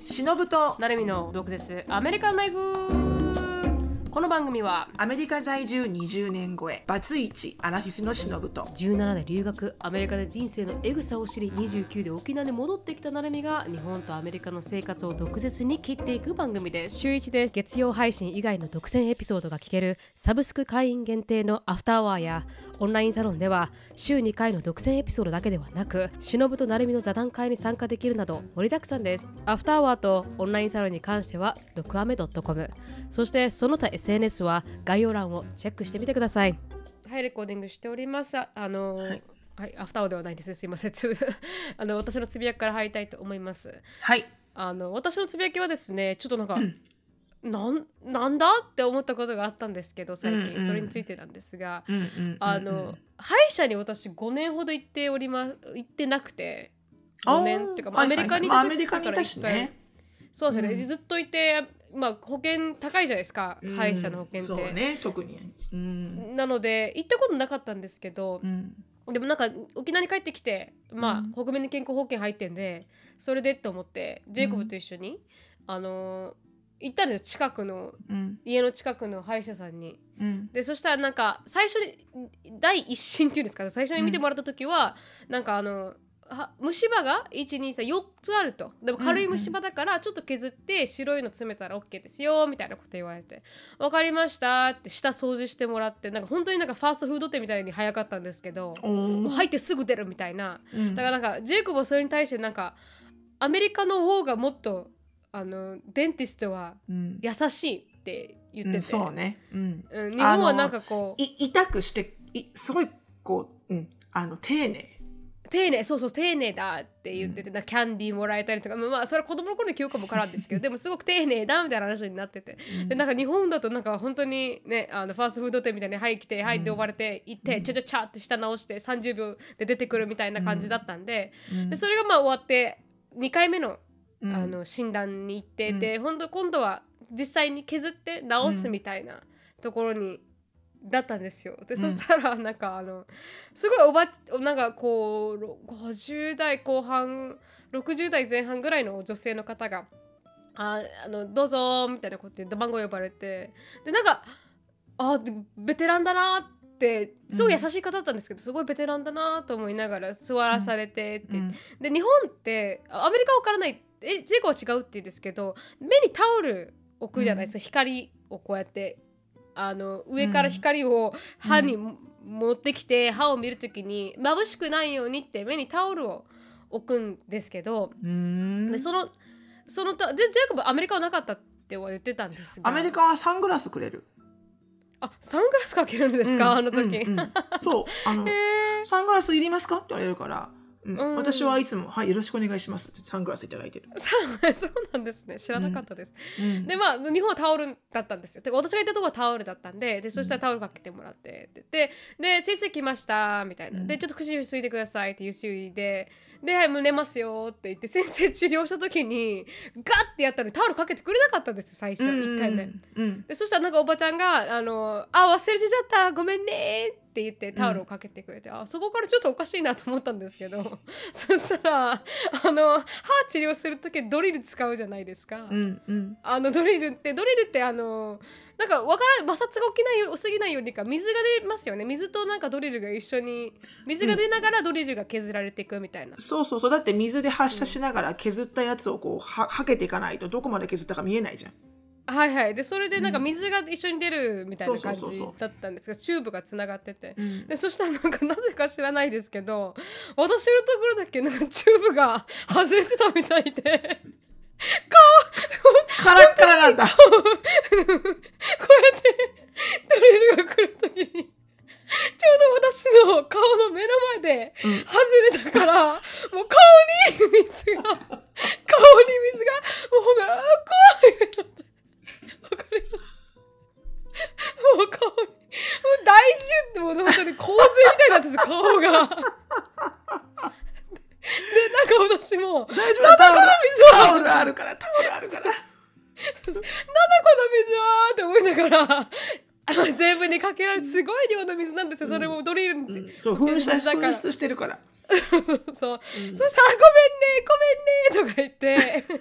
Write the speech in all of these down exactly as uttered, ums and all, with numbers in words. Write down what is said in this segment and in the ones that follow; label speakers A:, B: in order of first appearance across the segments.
A: しのぶと
B: なるみの毒舌アメリカンライフ。この番組は
A: アメリカ在住にじゅうねん超えバツイチアラフィフのしのぶと
B: じゅうななで留学、アメリカで人生のエグさを知りにじゅうきゅうで沖縄に戻ってきたなるみが日本とアメリカの生活を毒舌に切っていく番組です。週いちです。月曜配信以外の独占エピソードが聞けるサブスク会員限定のアフターアワーやオンラインサロンでは週にかいの独占エピソードだけではなく、しのぶとなるみの座談会に参加できるなど盛りだくさんです。アフターアワーとオンラインサロンに関してはドクアメ .com、 そしてその他 エスエヌエス は概要欄をチェックしてみてください。はい、レコーディングしております。あの、はいはい、アフターアワーではないです。すいません。あの私のつぶやきから入りたいと思います。
A: はい。
B: あの私のつぶやきはですね、ちょっとなんか、うんな ん, なんだって思ったことがあったんですけど、最近、うんうん、それについてなんですが、うんうんうんうん、あの歯医者に私ごねんほど行っておりま行ってなくて、ごねんっていうか、まあ、アメリカにいた時からいっかい、そうですね、うん、ずっといて、まあ、保険高いじゃないですか、うん、歯医者の保険って。
A: そうね、特に、うん、
B: なので行ったことなかったんですけど、うん、でもなんか沖縄に帰ってきて、まあ、国民の健康保険入ってんで、それでと思ってジェイコブと一緒に、うん、あの行ったんですよ、近くの、うん、家の近くの歯医者さんに、うん、でそしたらなんか最初に第一診っていうんですか、最初に見てもらった時は、うん、なんかあの虫歯がいちにさんよっつあると、でも軽い虫歯だからちょっと削って白いの詰めたら OK ですよみたいなこと言われて、分かりましたって下掃除してもらって、なんか本当になんかファーストフード店みたいに早かったんですけど、もう入ってすぐ出るみたいな、うん、だからなんかジェイコブはそれに対してなんかアメリカの方がもっとあのデンティストは優しいって言ってて、うん、
A: そうね、うん
B: うん、日本はなんかこう
A: 痛くしてすごいこう、うん、あの丁寧
B: 丁寧、そうそう丁寧だって言ってて、うん、キャンディーもらえたりとか、まあそれは子供の頃の記憶もからんですけどでもすごく丁寧だみたいな話になってて、うん、でなんか日本だとなんか本当にね、あのファーストフード店みたいに入ってきて、うん、はいで呼ばれて行って、うん、ちゃちゃちゃって下直してさんじゅうびょうで出てくるみたいな感じだったんで、うん、でそれがまあ終わってにかいめのあの診断に行ってて、うん、本当今度は実際に削って直すみたいなところに、うん、だったんですよ。で、うん、そしたらなんかあのすごいおばなんかこうごじゅう代後半ろくじゅう代前半ぐらいの女性の方がああのどうぞみたいなことで番号呼ばれて、でなんかあベテランだなってすごい優しい方だったんですけど、うん、すごいベテランだなと思いながら座らされてって、うん、で日本ってアメリカは分からないえジェイコは違うって言うんですけど、目にタオル置くじゃないですか、うん、光をこうやってあの上から光を歯に持ってきて、うん、歯を見るときに眩しくないようにって目にタオルを置くんですけど、うん、でそのそのジェイコブアメリカはなかったっては言ってたんですが、
A: アメリカはサングラスくれる。
B: あ、サングラスかけるんですか、うん、あの時、うんうん、
A: そうあのサングラスいりますかって言われるからうんうん、私はいつも、はい、よろしくお願いしますってサングラスいただいてる。
B: そうなんですね、知らなかったです、うん、でまあ日本はタオルだったんですよ。で私がいたところはタオルだったんで、でそしたらタオルかけてもらってってでで先生来ましたみたいな、でちょっと口ゆすいでくださいってゆすいでで、はい、もう寝ますよって言って先生治療した時にガッてやったのにタオルかけてくれなかったんです最初、うんうん、いっかいめ、うん、でそしたらなんかおばちゃんがあのあ忘れてちゃったごめんねって言ってタオルをかけてくれて、うん、あそこからちょっとおかしいなと思ったんですけどそしたらあの歯治療するときドリル使うじゃないですか、うんうん、あのドリルってドリルってあのなんかわからない摩擦が起きないよ過ぎないようにか水が出ますよね。水となんかドリルが一緒に水が出ながらドリルが削られていくみたいな、うん、
A: そうそうそう、だって水で発射しながら削ったやつをこうははけていかないとどこまで削ったか見えないじゃん。
B: はいはい、でそれでなんか水が一緒に出るみたいな感じだったんですが、チューブがつながってて、うん、でそしたらなんかなぜか知らないですけど私のところだけなんかチューブが外れてたみたいで
A: 顔カラッカラなんだこうやって
B: ドリルが来るときにちょうど私の顔の目の前で外れたから、うん、もう顔に水が顔に水がもうほんなら怖いわかります。もう顔にもう大事ってもう本当に洪水みたいになってる顔がでなんか私も
A: 大丈夫、タオルタオルあるからタオルあるからなんだこの
B: 水はって思いながらあの全部にかけられてすごい量の水なんですよ、うん、それもドリルって、うん、
A: そう噴出噴出してるから
B: そうそう、うん、そしたらごめんねごめんねとか言って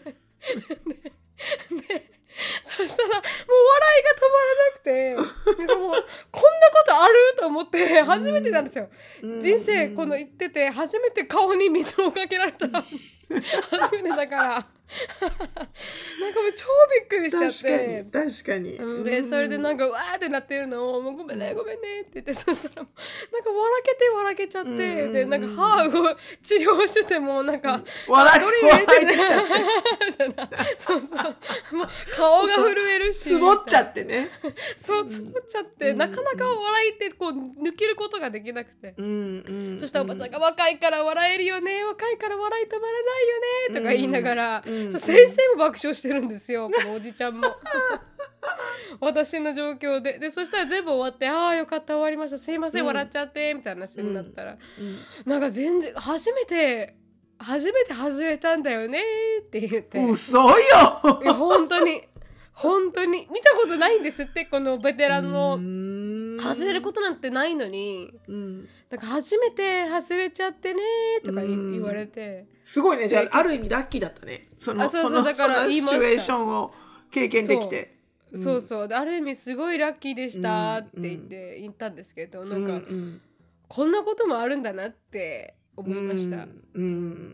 B: でそしたらもう笑いが止まらなくてでもこんなことあると思って初めてなんですよ、うん、人生この言ってて初めて顔に水をかけられた初めてだからなんかもう超びっくりしちゃって
A: 確かに確かに、
B: うん、でそれでなんかわーってなってるのをもうごめんねごめんねって言ってそしたらなんか笑けて笑けちゃって、うん、でなんか歯を治療しててもなんか、うん、
A: 笑いてきちゃって
B: そうそうもう顔が震えるし
A: つぼっちゃってね
B: そうつぼっちゃって、うん、なかなか笑いってこう抜けることができなくて、
A: うんうん、
B: そしたらおばちゃんが若いから笑えるよね若いから笑い止まらないよねとか言いながら、うんうん、先生も爆笑してるんですよこのおじちゃんも私の状況ででそしたら全部終わってああよかった終わりましたすいません、うん、笑っちゃってみたいな話になったら、うんうん、なんか全然初めて初めて外れたんだよねって言って
A: 嘘よ
B: いや本当に本当に見たことないんですってこのベテランの外れることなんてないのに、うん、なんか初めて外れちゃってねとか言われて
A: すごいねじゃあある意味ラッキーだったねその
B: そうそうだから言いました
A: そのシチュエーションを経験できて
B: そう、うん、そうそうある意味すごいラッキーでしたって言って言ったんですけど、うん、なんか、うん、こんなこともあるんだなって思いました、
A: うんうん、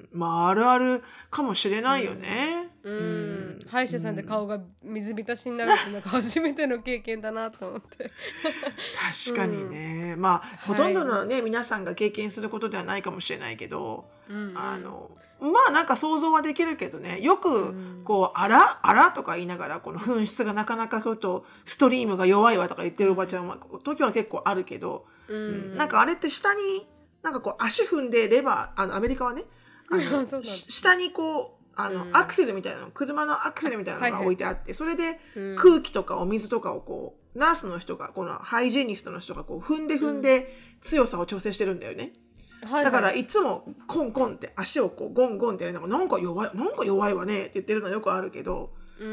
A: まああるあるかもしれないよね、
B: うんうん、歯医者さんで顔が水浸しになるってなんか初めての経験だなと思って
A: 確かにね、うん、まあほとんどのね、はい、皆さんが経験することではないかもしれないけど、うんうん、あのまあなんか想像はできるけどねよくこう、うん、あらあらとか言いながらこの紛失がなかなかちょっとストリームが弱いわとか言ってるおばちゃんは時は結構あるけど、うんうん、なんかあれって下になんかこう足踏んでレバーあのアメリカはねあの下にこうあの、うん、アクセルみたいなの車のアクセルみたいなのが置いてあって、はいはい、それで空気とかお水とかをこうナースの人がこのハイジェニストの人がこう踏んで踏んで強さを調整してるんだよね、うんはいはい、だからいつもコンコンって足をこうゴンゴンってやるのがなんか弱いなんか弱いわねって言ってるのはよくあるけどうん、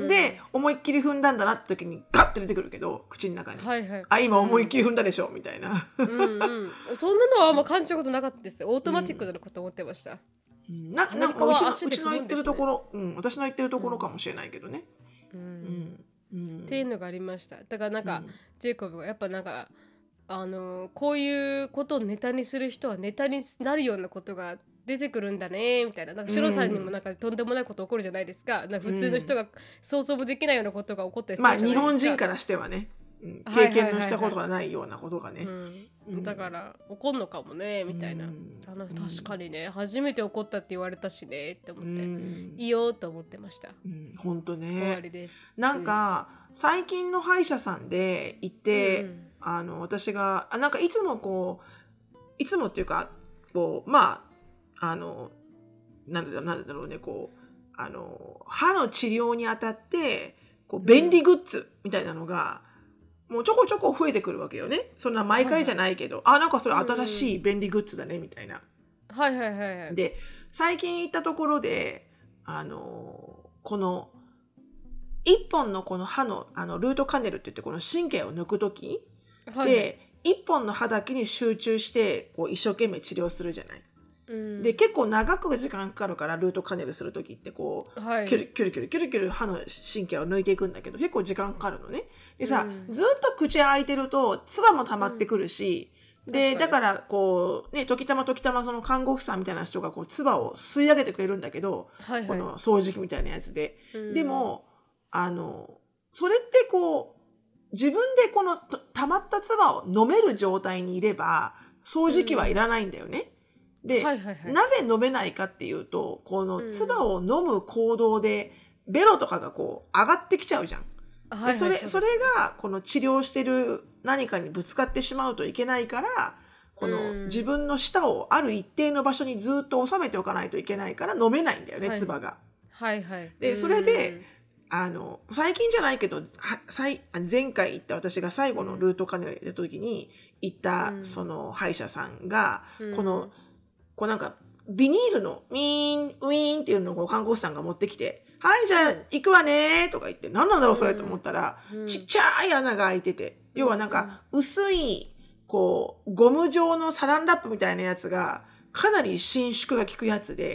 A: で思いっきり踏んだんだなって時にガッて出てくるけど口の中に、はいはい、あ今思いっきり踏んだでしょ、うん、みたいなうん、
B: うん、そんなのはあんま感じたことなかったですオートマチックだと思ってました、
A: うん、ななんかうちの、うちの言ってるところ、うん、私の言ってるところかもしれないけどね、うん
B: うんうん、っていうのがありましただからなんか、うん、ジェイコブがやっぱなんかあのこういうことをネタにする人はネタになるようなことが出てくるんだねみたいななんかシロさんにもなんかとんでもないこと起こるじゃないですか、うん、なんか普通の人が想像もできないようなことが起こったりするじゃないですか、
A: まあ日本人からしてはね、うん、経験のしたことがないようなことがね、
B: うん、だから起こるのかもねみたいな、うん、あの確かにね、うん、初めて起こったって言われたしねって思って、うん、いいよと思ってました、
A: うん、本当ね
B: 終わりです。
A: なんか、うん、最近の歯医者さんで行って、うん、あの私があなんかいつもこういつもっていうかこうまああのなんだろう、なんだろうねこうあの歯の治療にあたってこう便利グッズみたいなのが、うん、もうちょこちょこ増えてくるわけよね。そんな毎回じゃないけど、はいはい、あなんかそれ新しい便利グッズだねみたいな。
B: はいはいはいはい。
A: で最近行ったところであのこの一本のこの歯のあのルートカネルって言ってこの神経を抜くとき、はい、で一本の歯だけに集中してこう一生懸命治療するじゃない。うん、で結構長く時間かかるからルートカネルするときってこう、はい、キュルキュルキュルキュルキュル歯の神経を抜いていくんだけど結構時間かかるのね。でさ、うん、ずっと口開いてると唾も溜まってくるし、うん、でだからこうね時たま時たまその看護婦さんみたいな人がこう唾を吸い上げてくれるんだけど、はいはい、この掃除機みたいなやつで、うん、でもあのそれってこう自分でこの溜まった唾を飲める状態にいれば掃除機はいらないんだよね。うん、で、はいはいはい、なぜ飲めないかっていうとこの唾を飲む行動でベロとかがこう上がってきちゃうじゃん。はいはい、でそれ、それがこの治療してる何かにぶつかってしまうといけないからこの自分の舌をある一定の場所にずっと収めておかないといけないから飲めないんだよね、はい、唾が。
B: はいはい、
A: でそれであの最近じゃないけどは前回行った私が最後のルートカネルやった時に行ったその歯医者さんが、うん、このこうなんかビニールのウィーンウィーンっていうのを看護師さんが持ってきてはいじゃあ行くわねとか言って何なんだろうそれと思ったら、うん、ちっちゃい穴が開いてて要はなんか薄いこうゴム状のサランラップみたいなやつがかなり伸縮が効くやつで、で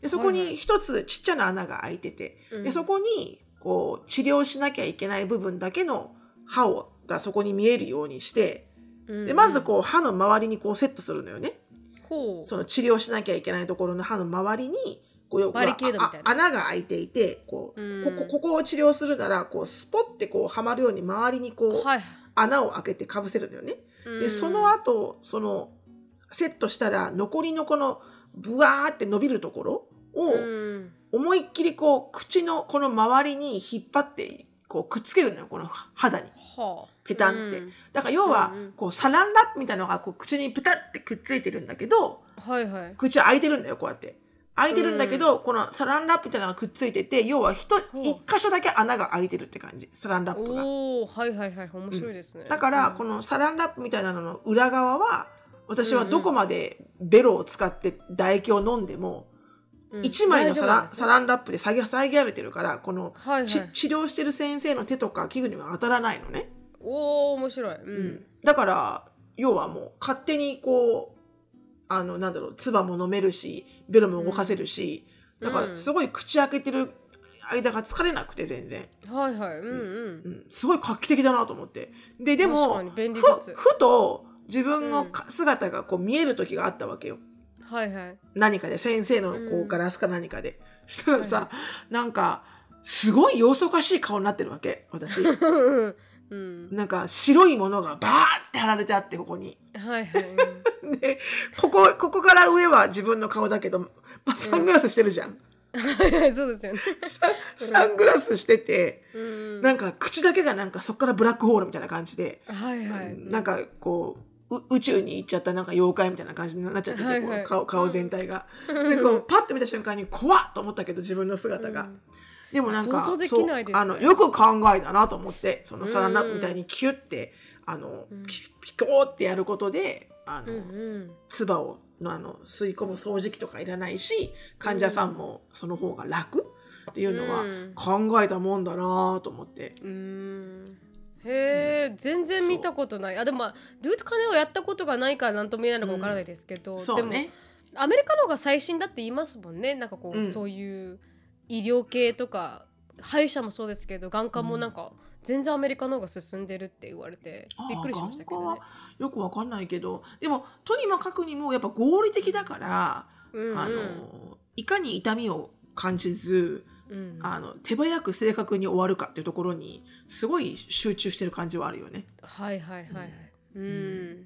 A: でそこに一つちっちゃな穴が開いてて、
B: うん、
A: でそこにこう治療しなきゃいけない部分だけの歯をがそこに見えるようにして、うん、でまずこう歯の周りにこうセットするのよね。
B: ほう。
A: その治療しなきゃいけないところの歯の周りにこう
B: バリケードみたいな
A: 穴が開いていて、こう、うん、ここここを治療するならこうスポッてこうはまるように周りにこう、はい、穴を開けてかぶせるのよね。うん、でその後そのセットしたら残りのこのブワーって伸びるところを思いっきりこう口のこの周りに引っ張ってこうくっつけるのよ、この肌に、はあ、ペタンって、うん、だから要はこうサランラップみたいなのがこう口にペタッてくっついてるんだけど、はいはい、口開いてるんだよ、こうやって開いてるんだけど、うん、このサランラップみたいなのがくっついてて、要は一箇所だけ穴が開いてるって感じ、サランラップが。
B: おー、はいはいはい、面白いですね、
A: うん、だからこのサランラップみたいなのの裏側は私はどこまでベロを使って唾液を飲んでも、うん、いちまいのサラ、ね、サランラップで再現られてるから、この、はいはい、治療してる先生の手とか器具には当たらないのね。
B: おー、面白い、うん
A: うん、だから要はもう勝手にこうあのなんだろう、唾も飲めるしベロも動かせるし、うん、だからすごい口開けてる間が疲れなくて全然、
B: はいはい、うんうん、うん、
A: すごい画期的だなと思って。ででもふ, ふと自分の姿がこう見える時があったわけよ、
B: はいはい、
A: 何かで先生のこうガラスか何かで、うん、したらさ、はい、なんかすごい様子おかしい顔になってるわけ私うん、なんか白いものがバーって貼られてあって、ここに、はいはい、でここここから上は自分の顔だけど、まあ、サングラスしてるじゃん、
B: うん、そうですよね
A: サ, サングラスしてて、うん、なんか口だけがなんかそこからブラックホールみたいな感じで、はいはい、なんかこう宇宙に行っちゃったなんか妖怪みたいな感じになっちゃってて、はいはい、こう 顔, 顔全体が、でこうパッと見た瞬間に怖っと思ったけど、自分の姿が、うん、でもなんか
B: 想像できないですね、
A: あのよく考えたなと思って、そのサランラップみたいにキュッてあの、うん、ピ, ピコーってやることであの、うんうん、唾をのあの吸い込む掃除機とかいらないし、患者さんもその方が楽っていうのは考えたもんだなと思って、うん、
B: へえ、全然見たことない。あ、でも、まあ、ルートカネをやったことがないから何とも言えないのか分からないですけど、うん、そうね、でもアメリカの方が最新だって言いますもんね。なんかこう、うん、そういう医療系とか歯医者もそうですけど、眼科もなんか全然アメリカの方が進んでるって言われて、うん、びっくりしましたけどね。
A: 眼科はよく分かんないけど、でもとにもかくにもやっぱ合理的だから、うんうん、あのいかに痛みを感じず、うん、あの手早く正確に終わるかっていうところにすごい集中してる感じはあるよね。
B: はいはいはいはい、うんうん、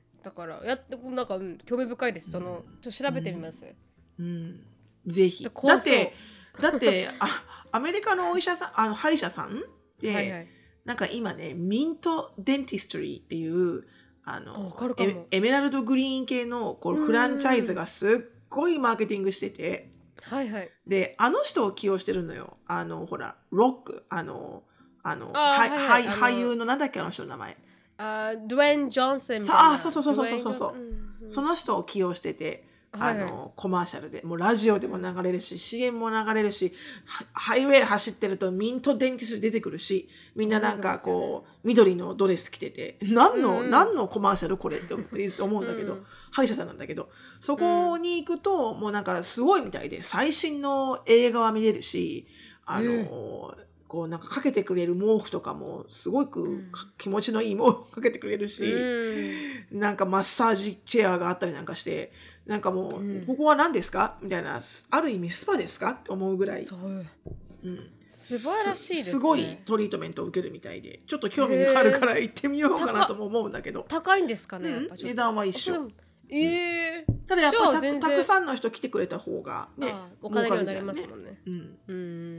B: だからやってなんか、うん、興味深いです。そのちょっと調べてみます、
A: うんうん、ぜひ。だってだってあアメリカのお医者さん、あの歯医者さんで、はいはい、なんか今ねミントデンティストリーっていうあの エ, エメラルドグリーン系のこうフランチャイズがすっごいマーケティングしてて、はいはい、であの人を起用してるのよ。あのほらロックあのあのあ、はいはい、俳優のなんだっけあの人の名前、
B: あドゥエイン・ジョンソンみたいな。
A: あそうそうそうそうそうそう、うんうん、その人を起用してて、あの、はいはい、コマーシャルでもうラジオでも流れるし シーエム も流れるし、ハイウェイ走ってるとミントデンティスト出てくるし、みんななんかこう、ね、緑のドレス着てて何の、うん、何のコマーシャルこれって思うんだけど、うん、歯医者さんなんだけど、そこに行くと、うん、もうなんかすごいみたいで最新の映画は見れるし、あの、うん、こうなんかかけてくれる毛布とかもすごく、うん、気持ちのいい毛布かけてくれるし、うん、なんかマッサージチェアがあったりなんかして、なんかもう、うん、ここは何ですかみたいな、ある意味スパですかって思うぐらい、そう、
B: うん、素晴らしいですね。
A: すごいトリートメントを受けるみたいで、ちょっと興味があるから行ってみようかなとも思うんだけど。
B: 高いんですかね、
A: うん、やっぱ値段は一緒。
B: えー、
A: ただやっぱ た, たくさんの人来てくれた方がね、
B: お金にはなりますもんね。
A: うん、うん、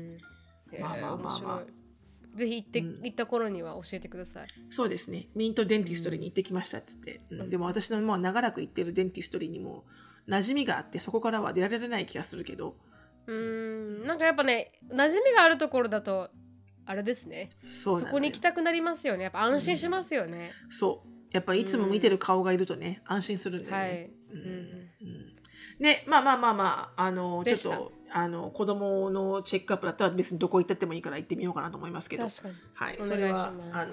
A: まあまあまあまあ。
B: ぜひ行って、うん、行った頃には教えてください。
A: そうですね。ミントデンティストリーに行ってきましたって言って、うんうん、でも私のもう長らく行ってるデンティストリーにも馴染みがあって、そこからは出られない気がするけど、
B: うーん、なんかやっぱね、馴染みがあるところだとあれですね。そうそこに行きたくなりますよね。やっぱ安心しますよね。
A: うん、そう。やっぱりいつも見てる顔がいるとね、うん、安心するんだよね。はい。うんうん、ね、まあまあまあまあ、あのちょっとあの子供のチェックアップだったら別にどこ行ってってもいいから行ってみようかなと思いますけど、
B: 確かに、
A: はい、それはあの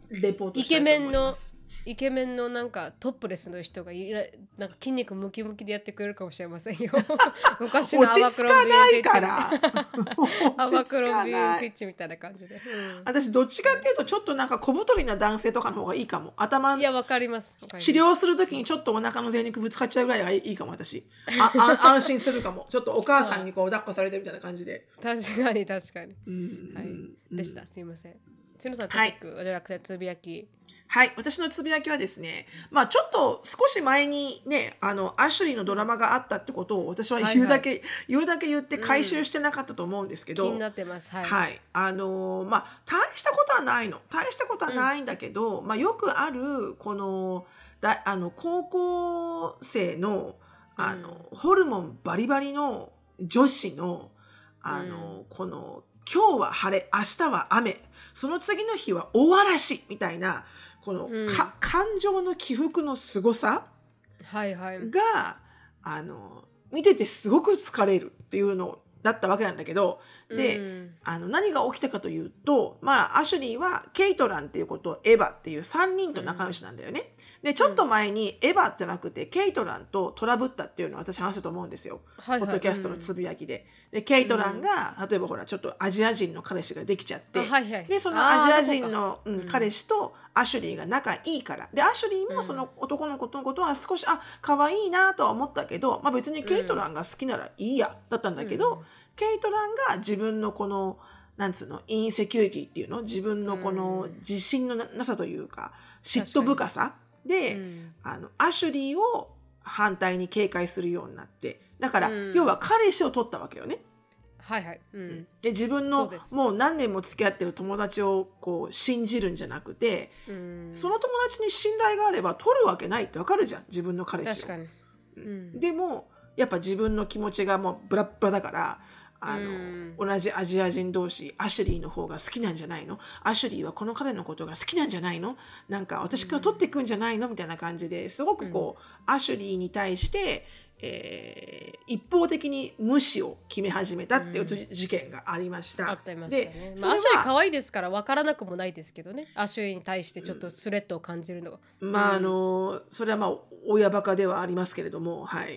A: レポート
B: イ
A: したいと
B: ケメンの
A: 思います。
B: イケメンのなんかトップレスの人がいらなんか筋肉ムキムキでやってくれるかもしれませんよ。昔のア
A: 落
B: バクロンビ
A: ち着かな
B: ーフィッチ
A: いから。
B: アバ
A: 落ち着
B: クロンビー
A: かない。
B: フィッチみたいな感じで。うん、
A: 私どっちかっていうとちょっとなんか小太りな男性とかの方がいいかも。頭
B: いや、わかります。わかり
A: 治
B: ます。
A: 療するときにちょっとお腹の贅肉ぶつかっちゃうぐらいがいいかも私。ああ安心するかも。ちょっとお母さんにこう抱っこされてるみたいな感じで。
B: 確かに確かに。
A: うん
B: はい。
A: うん
B: でした。すいません。しのさんトピ
A: はい
B: ック、じゃなくてつぶやき。
A: はい、私のつぶやきはですね、まあちょっと少し前にね、あのアシュリーのドラマがあったってことを私は言うだけ、言うだけ言って回収してなかったと思うんですけど、
B: 気になってます。はい。
A: はい、あのーまあ大したことはないの、大したことはないんだけど、まあよくあるこのだあの高校生のあの、ホルモンバリバリの女子のあの、この今日は晴れ、明日は雨、その次の日は大嵐みたいな、この、
B: うん
A: か感情の起伏のすごさ
B: はいはい。
A: が、あの、見ててすごく疲れるっていうのだったわけなんだけど、で、
B: うん
A: あの何が起きたかというと、まあ、アシュリーはケイトランっていうことをエヴァっていうさんにんと仲良しなんだよね。で、ちょっと前にエヴァじゃなくてケイトランとトラブったっていうのを私話したと思うんですよ。
B: はいはい
A: ポッドキャストのつぶやきで。で、ケイトランが、例えばほら、ちょっとアジア人の彼氏ができちゃって、
B: あはいはい
A: で、その
B: あー
A: アジア人の、
B: そこか
A: うん彼氏とアシュリーが仲いいから。で、アシュリーもその男の子のことは少し、あ、可愛いなとは思ったけど、まあ別にケイトランが好きならいいや、だったんだけど、ケイトランが自分のこの、なんつうの、インセキュリティっていうの、自分のこの自信のななさというか、嫉妬深さで、
B: うん
A: あの、アシュリーを反対に警戒するようになって、だから、
B: うん
A: 要は彼氏を取ったわけよね。
B: はいはい。うん
A: で、自分の
B: そうです
A: もう何年も付き合ってる友達をこう信じるんじゃなくて、
B: うん
A: その友達に信頼があれば取るわけないってわかるじゃん、自分の彼氏を。
B: 確かに。うん
A: でもやっぱ自分の気持ちがもうブラッブラだから、あの、
B: うん
A: 同じアジア人同士、アシュリーの方が好きなんじゃないの、アシュリーはこの彼のことが好きなんじゃないの、なんか私から取っていくんじゃないのみたいな感じですごくこう、アシュリーに対して、えー一方的に無視を決め始めたっていうじ事件がありました。
B: あったいましたね。
A: で、
B: まあ、ア
A: それは
B: シュリー可愛いですから分からなくもないですけどね。アシュリーに対してちょっとスレッドを感じるのが。
A: まああのそれはまあ親バカではありますけれども、はい。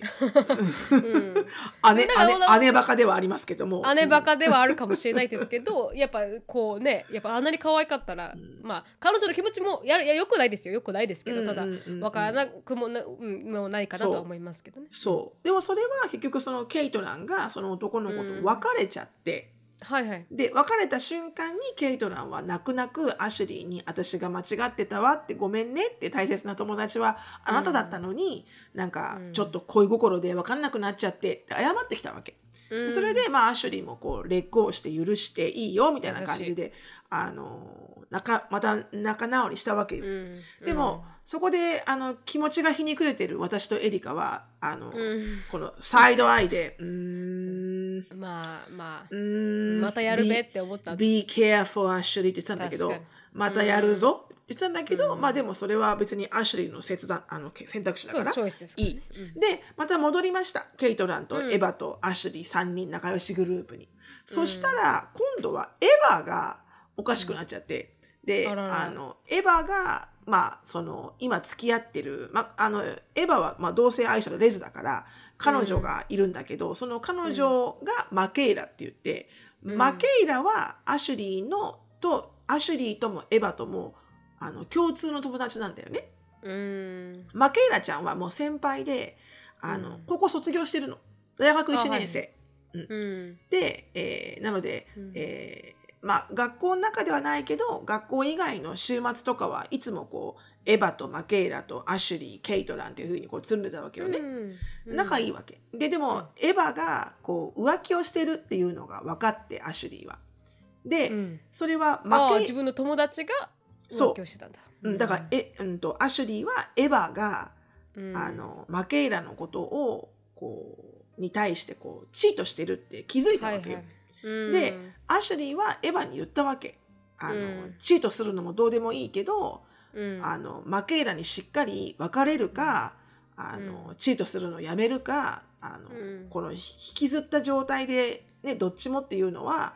A: 姉
B: だから
A: 姉姉バカではありますけども、
B: 姉バカではあるかもしれないですけど、やっぱこうね、やっぱあんなに可愛かったら、まあ彼女の気持ちもやるいやよくないですよ、よくないですけど、ただ
A: うんうんうんうん
B: 分からなくもな、うん、もうないかなとは思いますけどね。
A: そう。でもそれは結局そのケイトランがその男の子と別れちゃって、
B: はいはい。
A: で別れた瞬間にケイトランは泣く泣くアシュリーに私が間違ってたわってごめんねって大切な友達はあなただったのに、なんかちょっと恋心で分かんなくなっちゃってって謝ってきたわけ。
B: うん
A: それでまあアシュリーもこうレッグをして許していいよみたいな感じであの仲また仲直りしたわけよ。
B: うん
A: でも、そこであの気持ちがひにくれてる私とエリカはあの、
B: うん
A: このサイドアイでうーん
B: まあまあ
A: うーん
B: またやるべって思ったんだ
A: Be, be careful アシュリーって言ってたんだけど
B: 確かに
A: またやるぞって言ってたんだけど、まあでもそれは別にアシュリーの切断あの選択肢だから
B: そうですチョイスですから
A: い
B: ね
A: い。でまた戻りましたケイトランとエヴァとアシュリーさんにん仲良しグループに。そしたら今度はエヴァがおかしくなっちゃって、で
B: あらら
A: あのエヴァがまあその今付き合ってる、まあ、あのエヴァはまあ同性愛者のレズだから彼女がいるんだけど、その彼女がマケイラって言って、マケイラはアシュリーのとアシュリーともエヴァともあの共通の友達なんだよね。
B: うん
A: マケイラちゃんはもう先輩であの、高校卒業してるの、大学いちねん生、
B: うん
A: で、えーなので、えーまあ学校の中ではないけど学校以外の週末とかはいつもこうエヴァとマケイラとアシュリー、ケイトランっていう風にこう積んでたわけよね、
B: うん
A: 仲いいわけで。でも、エヴァがこう浮気をしてるっていうのが分かってアシュリーはで、
B: うん
A: それは
B: あ
A: マケイ
B: あ自分の友達が
A: そう
B: 浮気をしてたんだ。
A: うんだからえ、うん、とアシュリーはエヴァが、
B: うん
A: あのマケイラのことをこうに対してこうチートしてるって気づいたわけよ、
B: はいはいうん
A: でアシュリーはエヴァに言ったわけあの、
B: うん
A: チートするのもどうでもいいけど、
B: うん
A: あのマケイラにしっかり別れるかあの、チートするのをやめるかあの、
B: うん
A: この引きずった状態で、ね、どっちもっていうのは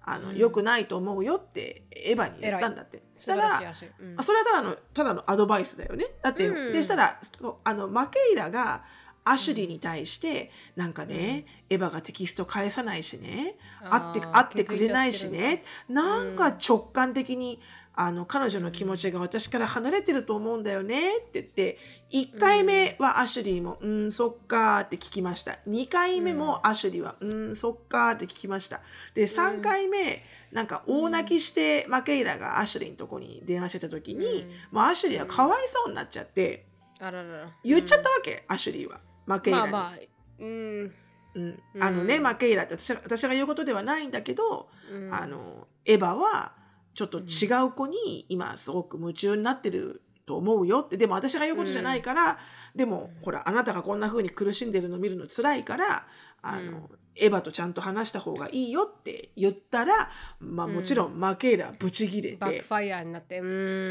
A: あの、うん、良くないと思うよってエヴァに言ったんだって。
B: 素晴らしい、
A: うん、それはただのただのアドバイスだよね。だって、うん、でしたらあのマケイラがアシュリーに対して、うん、なんかね、うん、エヴァがテキスト返さないしね、会って会ってくれないしね、なんか直感的にあの彼女の気持ちが私から離れてると思うんだよねって言って、いっかいめはアシュリーも、うん、うん、そっかって聞きました。にかいめもアシュリーは、うん、うん、そっかって聞きました。で、さんかいめ、なんか大泣きしてマケイラがアシュリーのとこに電話してた時に、うん、もうアシュリーはかわいそうになっちゃって、
B: あららら、
A: 言っちゃったわけ、アシュリーは。マケイラに、まあまあ、
B: うん
A: うん、あのね、マケイラって私、私が言うことではないんだけど、うん、あのエヴァはちょっと違う子に今すごく夢中になってると思うよって。でも私が言うことじゃないから、うん、でもほらあなたがこんな風に苦しんでるの見るの辛いからあの、うん、エヴァとちゃんと話した方がいいよって言ったら、まあ、もちろんマケイラブチギレて、
B: バックファイヤーになって、うん、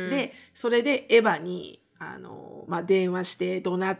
A: でそれでエヴァにあのまあ、電話して怒鳴って、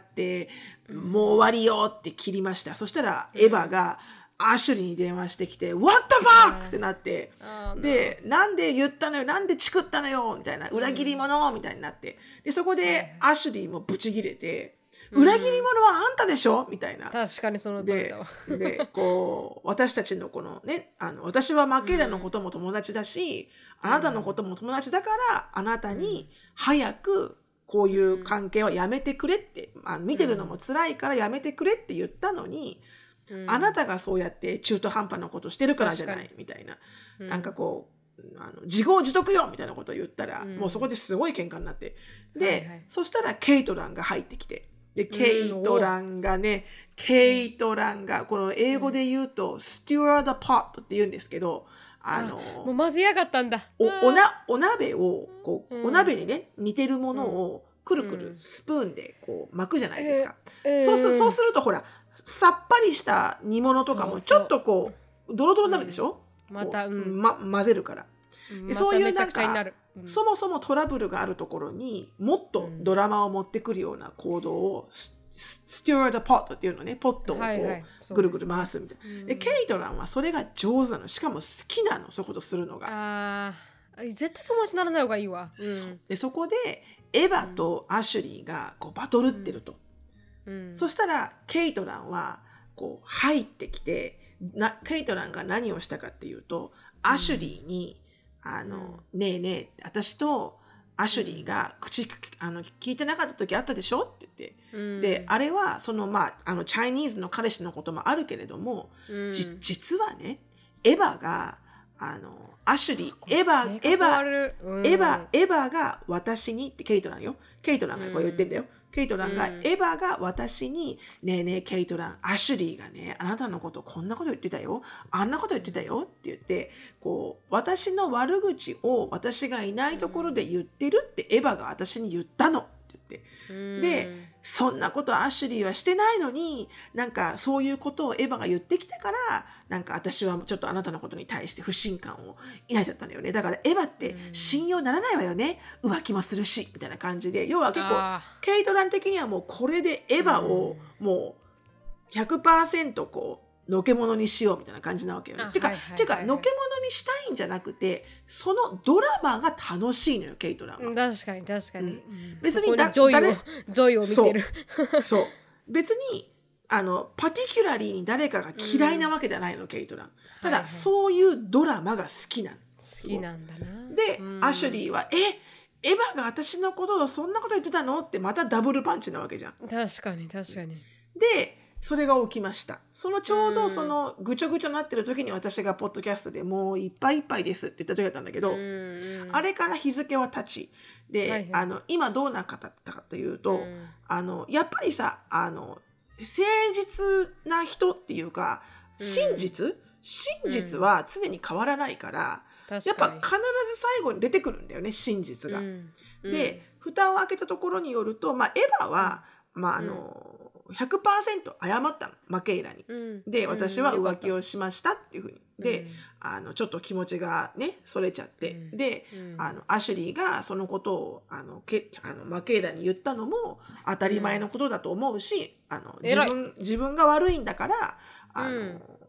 A: うん、もう終わりよって切りました。そしたらエヴァがアシュリーに電話してきて、うん、What the fuck! ってなって、で、なんで言ったのよ、なんでチクったのよみたいな、裏切り者みたいになって、でそこでアシュリーもブチギレて、うん、裏切り者はあんたでしょみたいな。
B: 確かにその通りだわ。
A: で、でこう私たちのこのね、あの私はマケイラのことも友達だし、うん、あなたのことも友達だからあなたに早くこういう関係はやめてくれって、まあ、見てるのも辛いからやめてくれって言ったのに、うん、あなたがそうやって中途半端なことしてるからじゃないみたいな、うん、なんかこうあの自業自得よみたいなことを言ったら、うん、もうそこですごい喧嘩になって、で、はいはい、そしたらケイトランが入ってきて、でケイトランがね、うん、ケイトランがこの英語で言うと、うん、ステュアードポットって言うんですけど、あの
B: もう混ぜやがったんだ。
A: お, お, なお鍋をこう、うん、お鍋にね似てるものをくるくるスプーンでこう巻くじゃないですか、うんえー、そうするそうするとほらさっぱりした煮物とかもちょっとこうドロドロになるでしょ、うん、また、うんま、混ぜるから、うん、でそういうなんかなる、うん、そもそもトラブルがあるところにもっとドラマを持ってくるような行動をステュアードポットっていうのね、ポットをこうぐるぐる回すみたいな、はいはい、でケイトランはそれが上手なの、しかも好きなの、そういうことするのが。
B: あ絶対友達にならない方がいいわ、
A: うん、そ, でそこでエヴァとアシュリーがこうバトルってると、うん、そしたらケイトランはこう入ってきてな、ケイトランが何をしたかっていうと、アシュリーに、うん、あのねえねえ私とアシュリーが口あの聞いてなかった時あったでしょって言って、うん、であれはそのまああのチャイニーズの彼氏のこともあるけれども、うん、じ実はねエヴァがあのアシュリーエヴァエヴァ、うん、エヴァエヴァが私にってケイトランよケイトランがこう言ってんだよ、うん、ケイトランが、うん、エヴァが私にねえねえケイトランアシュリーがねあなたのことこんなこと言ってたよあんなこと言ってたよって言ってこう私の悪口を私がいないところで言ってるってエヴァが私に言ったのって言って、うん、でそんなことアシュリーはしてないのになんかそういうことをエヴァが言ってきたからなんか私はちょっとあなたのことに対して不信感を抱いちゃったんだよね。だからエヴァって信用ならないわよね、うん、浮気もするしみたいな感じで、要は結構ケイトラン的にはもうこれでエヴァをもう ひゃくパーセント こうのけものにしようみたいな感じなわけよね。てか、ていうかのけものにしたいんじゃなくてそのドラマが楽しいのよケイトランは。
B: 確かに確かに、うん、
A: 別に
B: だジョイをジョイを見てる
A: そうそう別にあのパティキュラリーに誰かが嫌いなわけじゃないの、うん、ケイトランただ、はいはい、そういうドラマが好きなの。
B: 好きなんだな。
A: で、うん、アシュリーはえエヴァが私のことをそんなこと言ってたのってまたダブルパンチなわけじゃん。
B: 確かに確かに。
A: でそれが起きました。そのちょうどそのぐちょぐちょになってる時に私がポッドキャストでもういっぱいいっぱいですって言った時だったんだけど、あれから日付は経ちで、はいはい、あの今どうなったかというと、あのやっぱりさあの誠実な人っていうか真実、真実は常に変わらないから、やっぱ必ず最後に出てくるんだよね真実が。で蓋を開けたところによると、まあ、エヴァは、まああのひゃくパーセント 謝ったのマケイラに、うん、で私は浮気をしましたっていうふうに、うん、であのちょっと気持ちがねそれちゃって、うん、で、うん、あのアシュリーがそのことをあのけあのマケイラに言ったのも当たり前のことだと思うし、うん、あの自分自分が悪いんだからあの、うん、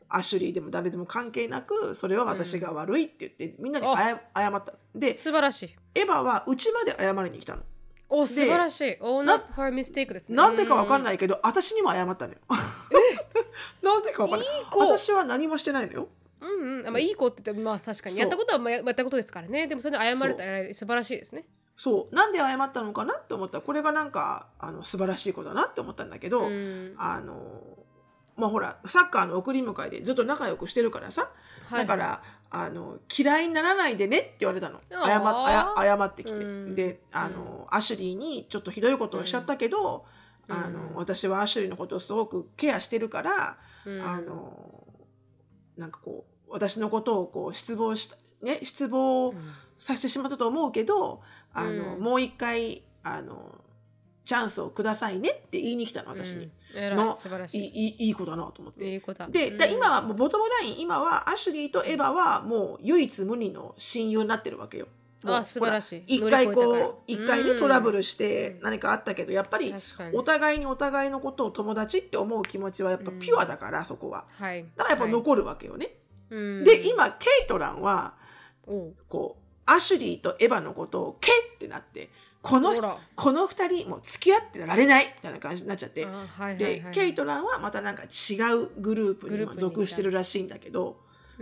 A: アシュリーでも誰でも関係なくそれは私が悪いって言ってみんなにあや謝った。で
B: 素晴らしい。
A: エヴァはうちまで謝りに来たの。
B: お素晴らしい。Oh, not her mistake ですね。
A: なんでかわかんないけど私にも謝ったのよ。なんでかわかんない。いい子。私は何もしてないのよ。
B: うんうん、まあ、いい子って言ってまあ確かにやったことはやったことですからね。でもそれで謝れたら素晴らしいですね。
A: そうなんで謝ったのかなって思ったらこれがなんかあの素晴らしいことだなって思ったんだけど、うん、あのまあほらサッカーの送り迎えでずっと仲良くしてるからさ、はい、だからあの嫌いにならないでねって言われたの。謝, 謝ってきて、うん、であの、うん、アシュリーにちょっとひどいことをしちゃったけど、うん、あの私はアシュリーのことをすごくケアしてるから、うん、あのなんかこう私のことをこう失望したね失望させてしまったと思うけど、うん、あのもう一回あのチャンスをくださいねって言いに来たの私に、うん、の素晴らしいいいいい子だなと思っていい子だで、うん、で今はもうボトムライン今はアシュリーとエヴァはもう唯一無二の親友になってるわけよ。
B: あ素晴らしい。
A: 一回こう一回ねトラブルして何かあったけどやっぱりお互いにお互いのことを友達って思う気持ちはやっぱピュアだから、うん、そこは、はい、だからやっぱ残るわけよね、はい、で今ケイトランはこうアシュリーとエヴァのことをケってなってこのこのふたりもう付き合ってられないみたいな感じになっちゃって、はいはいはい、でケイトランはまたなんか違うグループにも属してるらしいんだけど、うん、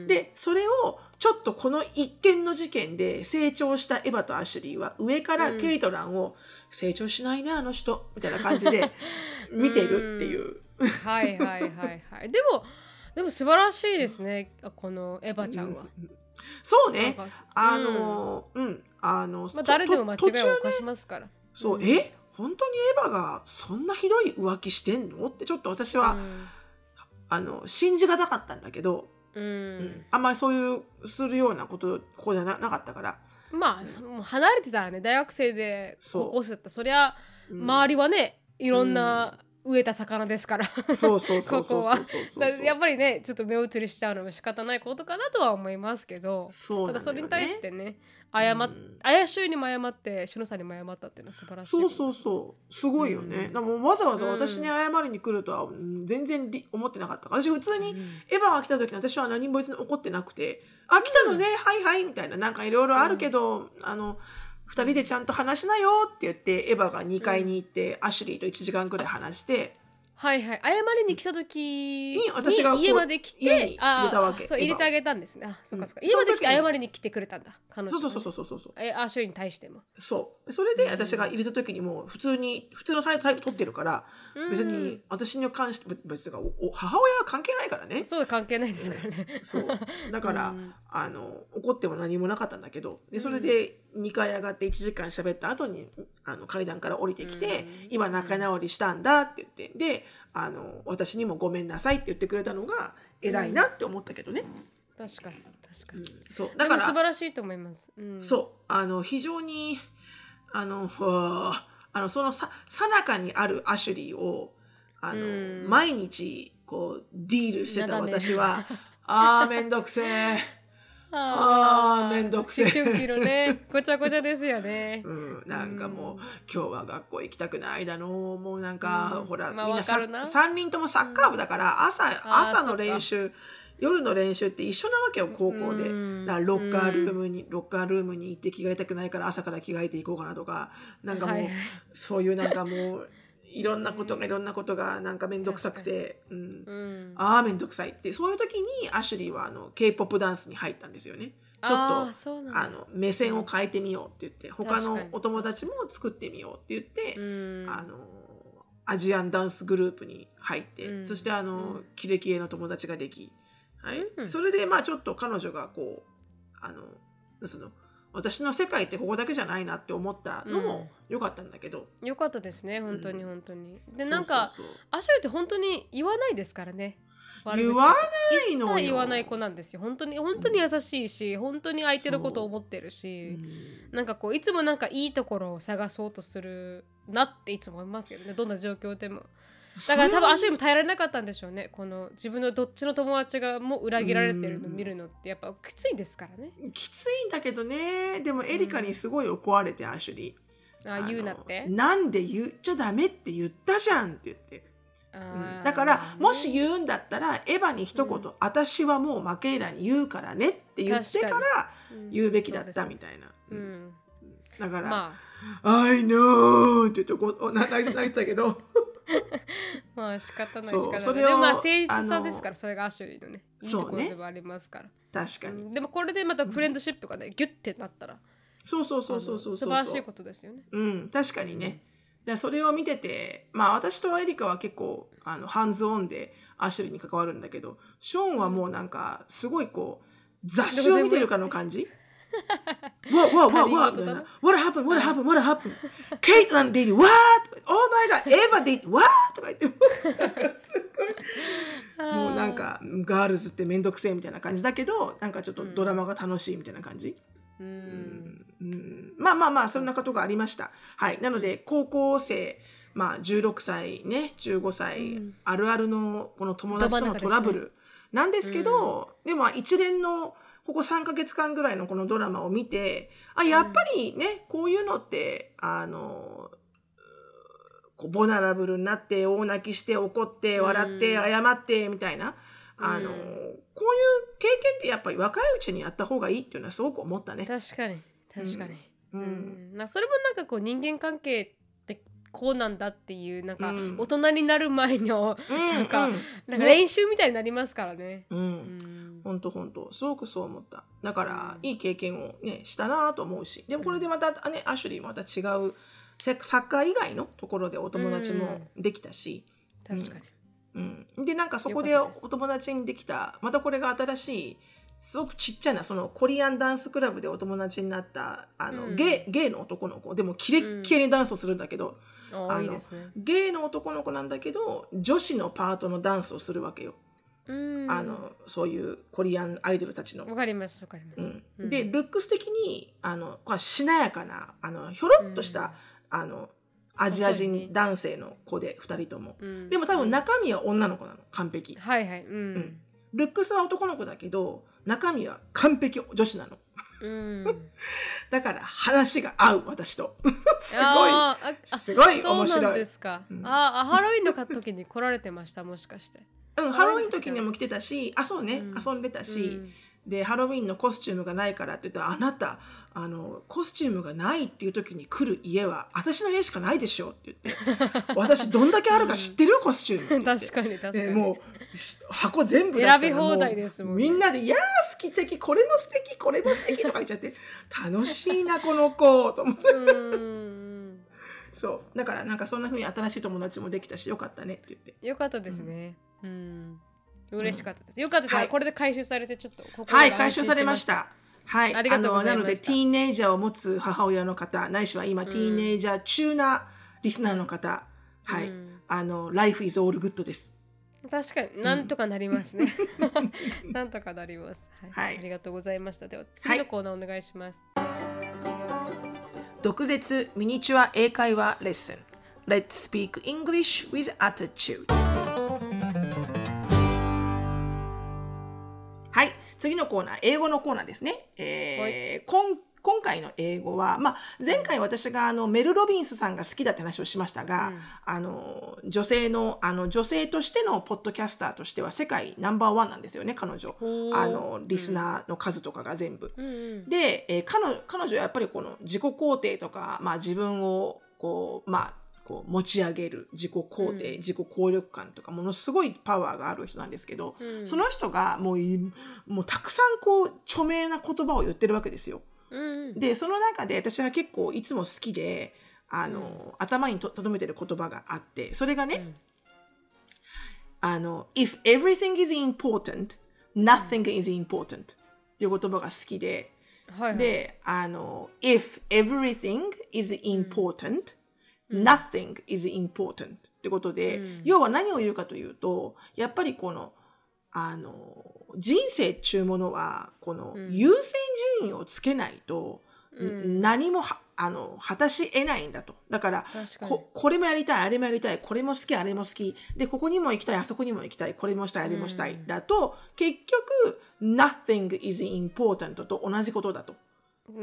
A: でそれをちょっとこの一件の事件で成長したエヴァとアシュリーは上からケイトランを成長しないねあの人みたいな感じで見てるっていう、
B: うん、はいはいはいはいでもでも素晴らしいですねこのエヴァちゃんは、うん、
A: そうねあのうん、うん、あの、
B: まあ、誰でも間違いを犯しますから、ね、
A: そう、うん、え本当にエヴァがそんなひどい浮気してんのってちょっと私は、うん、あの信じがたかったんだけどうんうん、あんまりそういうするようなことここじゃ な, なかったから
B: まあもう離れてたらね大学生で高校生だったらそりゃ周りはね、うん、いろんな飢えた魚ですから
A: そうそうそうそうそう
B: そうやっぱりねちょっと目移りしちゃうのも仕方ないことかなとは思いますけど
A: そうなんだよね、
B: ただそれに対してね謝っ、うん、あやしゅうにも謝ってしのさんにも謝ったっていうのは素晴らしい。
A: そうそうそうすごいよね、うん、だもわざわざ私に謝りに来るとは全然思ってなかった。私普通にエヴァが来た時に私は何も別に怒ってなくて、うん、あ来たのね、うん、はいはいみたいななんかいろいろあるけど、うん、あのふたりでちゃんと話しなよって言ってエヴァがにかいに行って、うん、アシュリーといちじかんくらい話して
B: はいはい謝りに来た時に
A: 私が
B: 家まで来て家
A: に入れたわけ。
B: そう入れてあげたんですね。あそうかそうか、うん、家まで来て謝りに来てくれたんだ彼女、ね、
A: そうそうそうそうそうそう
B: えアシュリーに対しても
A: そうそれで私が入れた時にもう普通に普通のタイプ取ってるから別に私に関して別に母親は関係ないからね。
B: そう関係ないですからね、
A: うん、そうだから、うん、あの怒っても何もなかったんだけどでそれでにかい上がっていちじかん喋った後にあの階段から降りてきて、うん、今仲直りしたんだって言ってであの私にもごめんなさいって言ってくれたのが偉いなって思ったけどね、
B: うん、確かに確かに、うん、
A: そうだから
B: 素晴らしいと思います、うん、
A: そうあの非常にあのあのそのささなかにあるアシュリーをあの、うん、毎日こうディールしてた私はあーめんどくせえあーめんどくせえ
B: 思春期のねごちゃごちゃですよね、
A: うん、なんかもう、うん、今日は学校行きたくないだのもうなんか、うん、ほら、まあ、みんなささんにんともサッカー部だから、うん、朝, 朝の練習夜の練習って一緒なわけよ高校で、うん、だからロッカールームに、うん、ロッカールームに行って着替えたくないから朝から着替えていこうかなとかなんかもう、はい、そういうなんかもういろんなことがいろんなことがなんかめんどくさくて、うんうん、ああめんどくさいってそういう時にアシュリーはあの K-ポップ ダンスに入ったんですよね。ちょっと あ, あの目線を変えてみようって言って他のお友達も作ってみようって言って、うん、あのアジアンダンスグループに入って、うん、そしてあの、うん、キレキレの友達ができ、はいうん、それでまあちょっと彼女がこうあのその私の世界ってここだけじゃないなって思ったのも良かったんだけど、
B: うん、良かったですね本当に本当に、うん、でなんかそうそうそうアシュリーって本当に言わないですからね。
A: 言わないのよ。
B: 一切言わない子なんですよ。本当に本当に優しいし、うん、本当に相手のことを思ってるし、うん、なんかこういつもなんかいいところを探そうとするなっていつも思いますけどね。どんな状況でも。だから多分アシュリーも耐えられなかったんでしょうね。この自分のどっちの友達がもう裏切られてるのを見るのってやっぱきついですからね。
A: きついんだけどね。でもエリカにすごい怒られて、うん、アシュリー。
B: ああ言うなって。
A: なんで言っちゃダメって言ったじゃんって言って。 うん、だからもし言うんだったらエヴァに一言、うん、私はもうマケイラに言うからねって言ってから言うべきだったみたいな、うんうん、だから、まあ、I know って言ってこう泣いてたけど
B: まあ仕方ない仕方ない。それをでもまあ誠実さですから、それがアシュリーのねいいところではありますから、ね、
A: 確かに、
B: うん、でもこれでまたフレンドシップがね、うん、ギュッてなったら
A: そうそうそうそうそう
B: 素晴らしいことですよね。
A: うん確かにね。でそれを見てて、まあ私とエリカは結構あのハンズオンでアシュリーに関わるんだけど、ショーンはもうなんかすごいこう雑誌を見てるかの感じ。What what what what みたいな。What happened? What happened? What happened? Caitlyn did what? Oh my god! Eva did what? とか言ってすごいもうなんかガールズってめんどくせえみたいな感じだけど、なんかちょっとドラマが楽しいみたいな感じ。うん、うん、まあまあまあそんなことがありました。はい。なので高校生、まあじゅうろくさいね、じゅうごさい、うん、あるあるのこの友達とのトラブルなんですけど、でも一連のここさんかげつかんぐらいのこのドラマを見て、あ、やっぱりね、こういうのってあのこうボナラブルになって大泣きして怒って笑って謝ってみたいな。あの、うん、こういう経験ってやっぱり若いうちにやった方がいいっていうのはすごく思ったね。
B: 確かに確かに、うんうん、なそれもなんかこう人間関係ってこうなんだっていうなんか大人になる前の、うん、なんか、うん、なんか練習みたいになりますからね。
A: うんうん、ほんとほんとすごくそう思った。だから、うん、いい経験をねしたなと思うし、でもこれでまたねアシュリーもまた違うサッカー以外のところでお友達もできたし、
B: うん、確かに。
A: うん、でなんかそこでお友達にできたまたこれが新しいすごくちっちゃなそのコリアンダンスクラブでお友達になったあの、うん、ゲイ、ゲイの男の子でもキレッキレにダンスをするんだけど、うん、あのいいですね、ゲイの男の子なんだけど女子のパートのダンスをするわけよ、うん、あのそういうコリアンアイドルたちの
B: わかりますわかります、
A: うん、でルックス的にあのこれしなやかなあのひょろっとした、うん、あのアジア人男性の子でふたりとも、うん、でも多分中身は女の子なの完璧、
B: はいはい、うんうん、
A: ルックスは男の子だけど中身は完璧女子なの、うん、だから話が合う私とすごいすごい面白い。
B: そうなんですか、うん、あハロウィンの時に来られてましたもしかして。
A: うんハロウィンの時にも来てたしあそうね、うん、遊んでたし、うんでハロウィンのコスチュームがないからって言ったらあなたあのコスチュームがないっていう時に来る家は私の家しかないでしょって言って私どんだけあるか知ってる、うん、コスチュームって
B: 確かに確かに
A: もう箱全部出したら
B: 選び放題ですもん、ね、
A: みんなでいやー好き的これも素敵これも素敵とか言っちゃって楽しいなこの子と思ってうんそうだからなんかそんな風に新しい友達もできたしよかったねって言って
B: よかったですね、うん、うん嬉しかったです。よかったです、はい、これで回収されてちょっとここ
A: はい回収されました。はいありがとうございました。なのでティーンエイジャーを持つ母親の方ないしは今、うん、ティーンエイジャー中なリスナーの方、はい、うん、あの Life is all good です。
B: 確かになんとかなりますね。うん、なんとかなります、はいはい。ありがとうございました。では次のコーナーお願いします。
A: はい、毒舌ミニチュア英会話レッスン Let's speak English with attitude。次のコーナー、英語のコーナーですね。えー、今, 今回の英語は、まあ、前回私があのメル・ロビンスさんが好きだって話をしましたが、うん、あの女性のあの女性としてのポッドキャスターとしては世界ナンバーワンなんですよね彼女。あのリスナーの数とかが全部。うん、で、えー、彼女、彼女はやっぱりこの自己肯定とか、まあ、自分をこうまあこう持ち上げる自己肯定、うん、自己効力感とかものすごいパワーがある人なんですけど、うん、その人がもう、もうたくさんこう著名な言葉を言ってるわけですよ、うん、でその中で私は結構いつも好きであの、うん、頭にとどめてる言葉があってそれがね、うん、あの If everything is important nothing is important っていう言葉が好きで、はいはい、であの If everything is important、うんNothing is important ってことで、うん、要は何を言うかというとやっぱりこのあの人生っちゅうものはこの優先順位をつけないと、うん、何もはあの果たし得ないんだと。だからこ、これもやりたいあれもやりたいこれも好きあれも好きでここにも行きたいあそこにも行きたいこれもしたいあれもしたい、うん、だと結局 Nothing is important と同じことだと。
B: うん、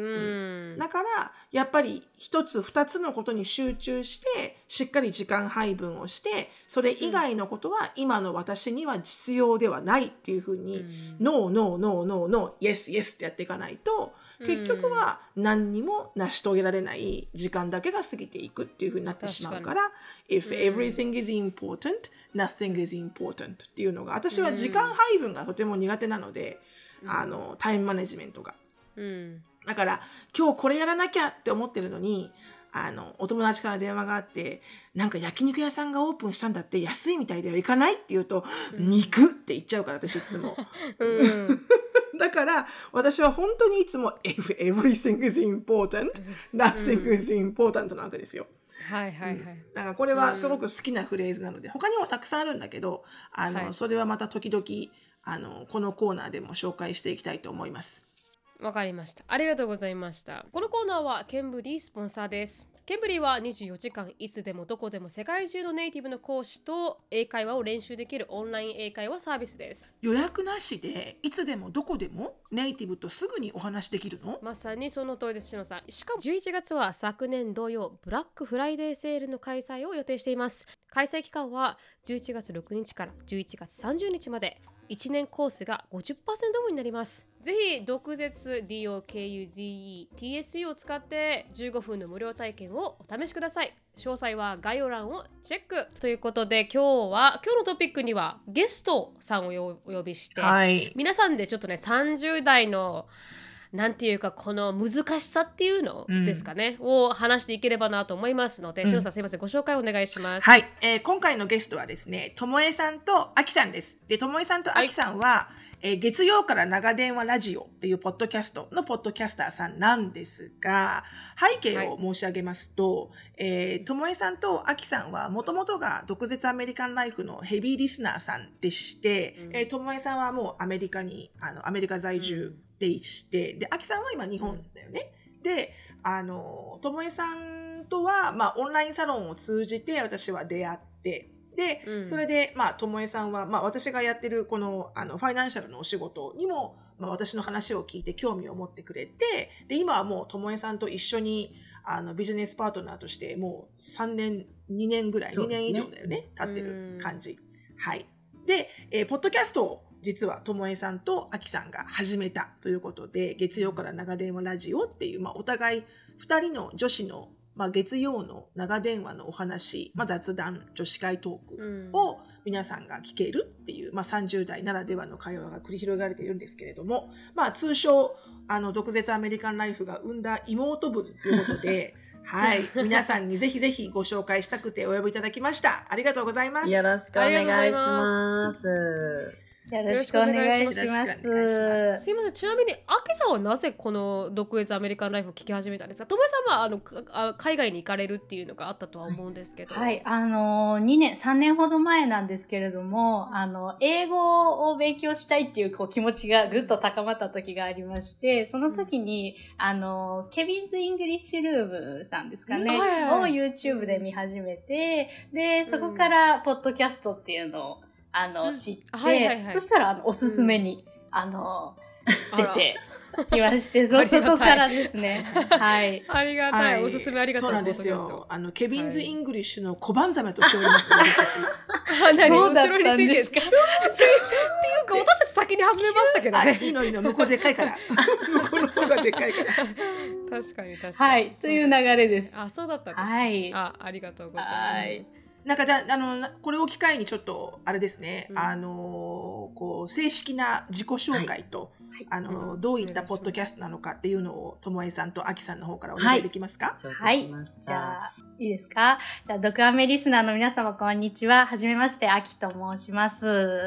A: だからやっぱり一つ二つのことに集中してしっかり時間配分をして、それ以外のことは今の私には実用ではないっていうふうに、うん、ノーノーノーノーノーイエスイエスってやっていかないと、結局は何にも成し遂げられない時間だけが過ぎていくっていうふうになってしまうから、If everything is important, nothing is important っていうのが、私は時間配分がとても苦手なので、うん、あのタイムマネジメントが、うん、だから今日これやらなきゃって思ってるのに、あのお友達から電話があって、なんか焼肉屋さんがオープンしたんだって安いみたいでは行かないって言うと、うん、肉って言っちゃうから私いつも、うん、だから私は本当にいつも If everything is important, nothing is important なわけですよ。
B: はいはいはい。
A: だからこれはすごく好きなフレーズなので、他にもたくさんあるんだけど、あの、はい、それはまた時々あのこのコーナーでも紹介していきたいと思います。
B: わかりました。ありがとうございました。このコーナーはケンブリースポンサーです。ケンブリーはにじゅうよじかんいつでもどこでも世界中のネイティブの講師と英会話を練習できるオンライン英会話サービスです。
A: 予約なしでいつでもどこでもネイティブとすぐにお話できるの？
B: まさにその通りです、しのさん。しかもじゅういちがつは昨年同様ブラックフライデーセールの開催を予定しています。開催期間はじゅういちがつろくにちからじゅういちがつさんじゅうにちまで。いちねんコースが ごじゅっパーセント オフになります。ぜひ毒舌 ディーオーケーユーゼット ティーエスユー を使ってじゅうごふんの無料体験をお試しください。詳細は概要欄をチェックということで、今日は今日のトピックにはゲストさんをお呼びして、はい、皆さんでちょっとねさんじゅう代のなんていうかこの難しさっていうのですかね、うん、を話していければなと思いますので、しのさんすいません、ご紹介お願いします。
A: はい、えー、今回のゲストはですね、ともえさんとあきさんです。で、ともえさんとあきさんは、はい、えー、月曜から長電話ラジオっていうポッドキャストのポッドキャスターさんなんですが、背景を申し上げますと、はい、えー、ともえさんとあきさんはもともとが毒舌アメリカンライフのヘビーリスナーさんでして、うん、えー、ともえさんはもうアメリカにあのアメリカ在住、うんでして、で、あきさんは今日本だよね。うん、で、あの、ともえさんとは、まあ、オンラインサロンを通じて私は出会って、で、うん、それで、まあ、ともえさんは、まあ、私がやってるこの、あの、ファイナンシャルのお仕事にも、まあ、私の話を聞いて興味を持ってくれて、で、今はもうともえさんと一緒に、あの、ビジネスパートナーとして、もうさんねん、にねんぐらい、ね、にねん以上だよね、経ってる感じ。はい。で、えー、ポッドキャストを、実はともえさんとあきさんが始めたということで、月曜から長電話ラジオっていう、まあ、お互いふたりの女子の、まあ、月曜の長電話のお話、まあ、雑談、女子会トークを皆さんが聞けるっていう、まあ、さんじゅう代ならではの会話が繰り広げられているんですけれども、まあ、通称あの毒舌アメリカンライフが生んだ妹分ということではい、皆さんにぜひぜひご紹介したくてお呼びいただきました。ありがとうございます。
C: よろしくお願いします。
D: よろしくお願いします。
B: すいません、ちなみにあきさんはなぜこの毒舌アメリカンライフを聞き始めたんですか？ともえさんはあのあ海外に行かれるっていうのがあったとは思うんですけど、
D: はい、あのにねんさんねんほど前なんですけれども、あの英語を勉強したいっていう、こう気持ちがぐっと高まった時がありまして、その時に、うん、あのケビンズ・イングリッシュルームさんですかね、うん、を YouTube で見始めて、でそこからポッドキャストっていうのをあの、うん、知って、はいはいはい、そしたらあのおすすめに、うん、あの出てきまして、そこからですね。はい。
B: ありがたい、はい、おすすめありがとう。
A: そうなんですよ。あのケビンズ・イングリッシュの小判ザメとしておりますので、
B: はい、何後ろについてですか？っていうか私たち先に始めましたけどね。
A: いいのいいの、向こうでっかいから。向こうの方がでっかいから。
B: 確かに確かに。
D: はい、という流れです。
B: あ、そうだったんです、ね。はい。あ、ありがとうございます。はい、
A: なんかだあのこれを機会にちょっとあれですね、うん、あのこう正式な自己紹介と、はい、あの、うん、どういったポッドキャストなのかっていうのをともえさんとあきさんの方からお願いできますか？
D: はい、はい、じゃあいいですか？じゃあドクアメリスナーの皆様こんにちは。はじめまして、あきと申します。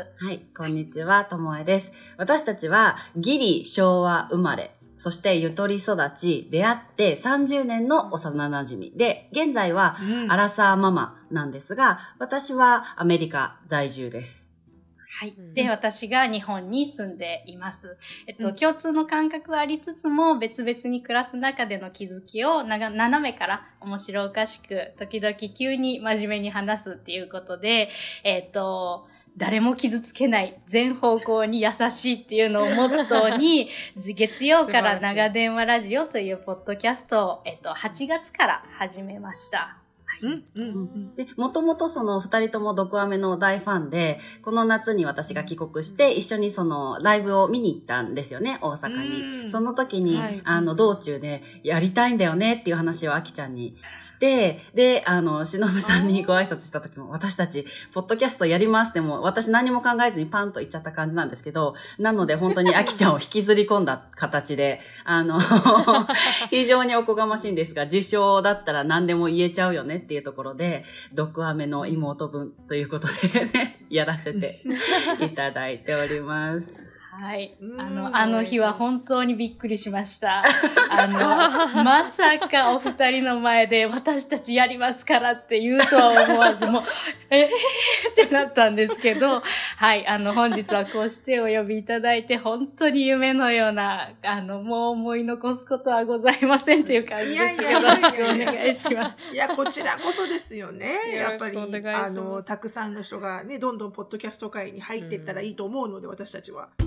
C: はい、こんにちは、ともえです。私たちはギリ昭和生まれ、そしてゆとり育ち、出会ってさんじゅうねんの幼馴染で、現在はアラサーママなんですが、うん、私はアメリカ在住です。
D: はい。で、私が日本に住んでいます。えっと、うん、共通の感覚はありつつも、別々に暮らす中での気づきをなが斜めから面白おかしく、時々急に真面目に話すっていうことで、えっと、 誰も傷つけない全方向に優しいっていうのをモットーに月曜から長電話ラジオというポッドキャストを、えっと、はちがつから始めました。
A: うんうんうん、
C: で、もともとその二人とも毒アメの大ファンで、この夏に私が帰国して一緒にそのライブを見に行ったんですよね、大阪に。その時に、はい、あの、道中でやりたいんだよねっていう話をあきちゃんにして、で、あの、しのぶさんにご挨拶した時も、私たち、ポッドキャストやりますっても、私何も考えずにパンと言っちゃった感じなんですけど、なので本当にあきちゃんを引きずり込んだ形で、あの、非常におこがましいんですが、自称だったら何でも言えちゃうよねっていうところで、毒アメの妹分ということでね、やらせていただいております。
D: はい。あの、あの日は本当にびっくりしました。あの、まさかお二人の前で私たちやりますからって言うとは思わず、もう、えーってなったんですけど、はい。あの、本日はこうしてお呼びいただいて、本当に夢のような、あの、もう思い残すことはございませんっていう感じです。よろしくお願いします。
A: いや、こちらこそですよね。やっぱり、あの、たくさんの人がね、どんどんポッドキャスト界に入っていったらいいと思うので、うん、私たちは。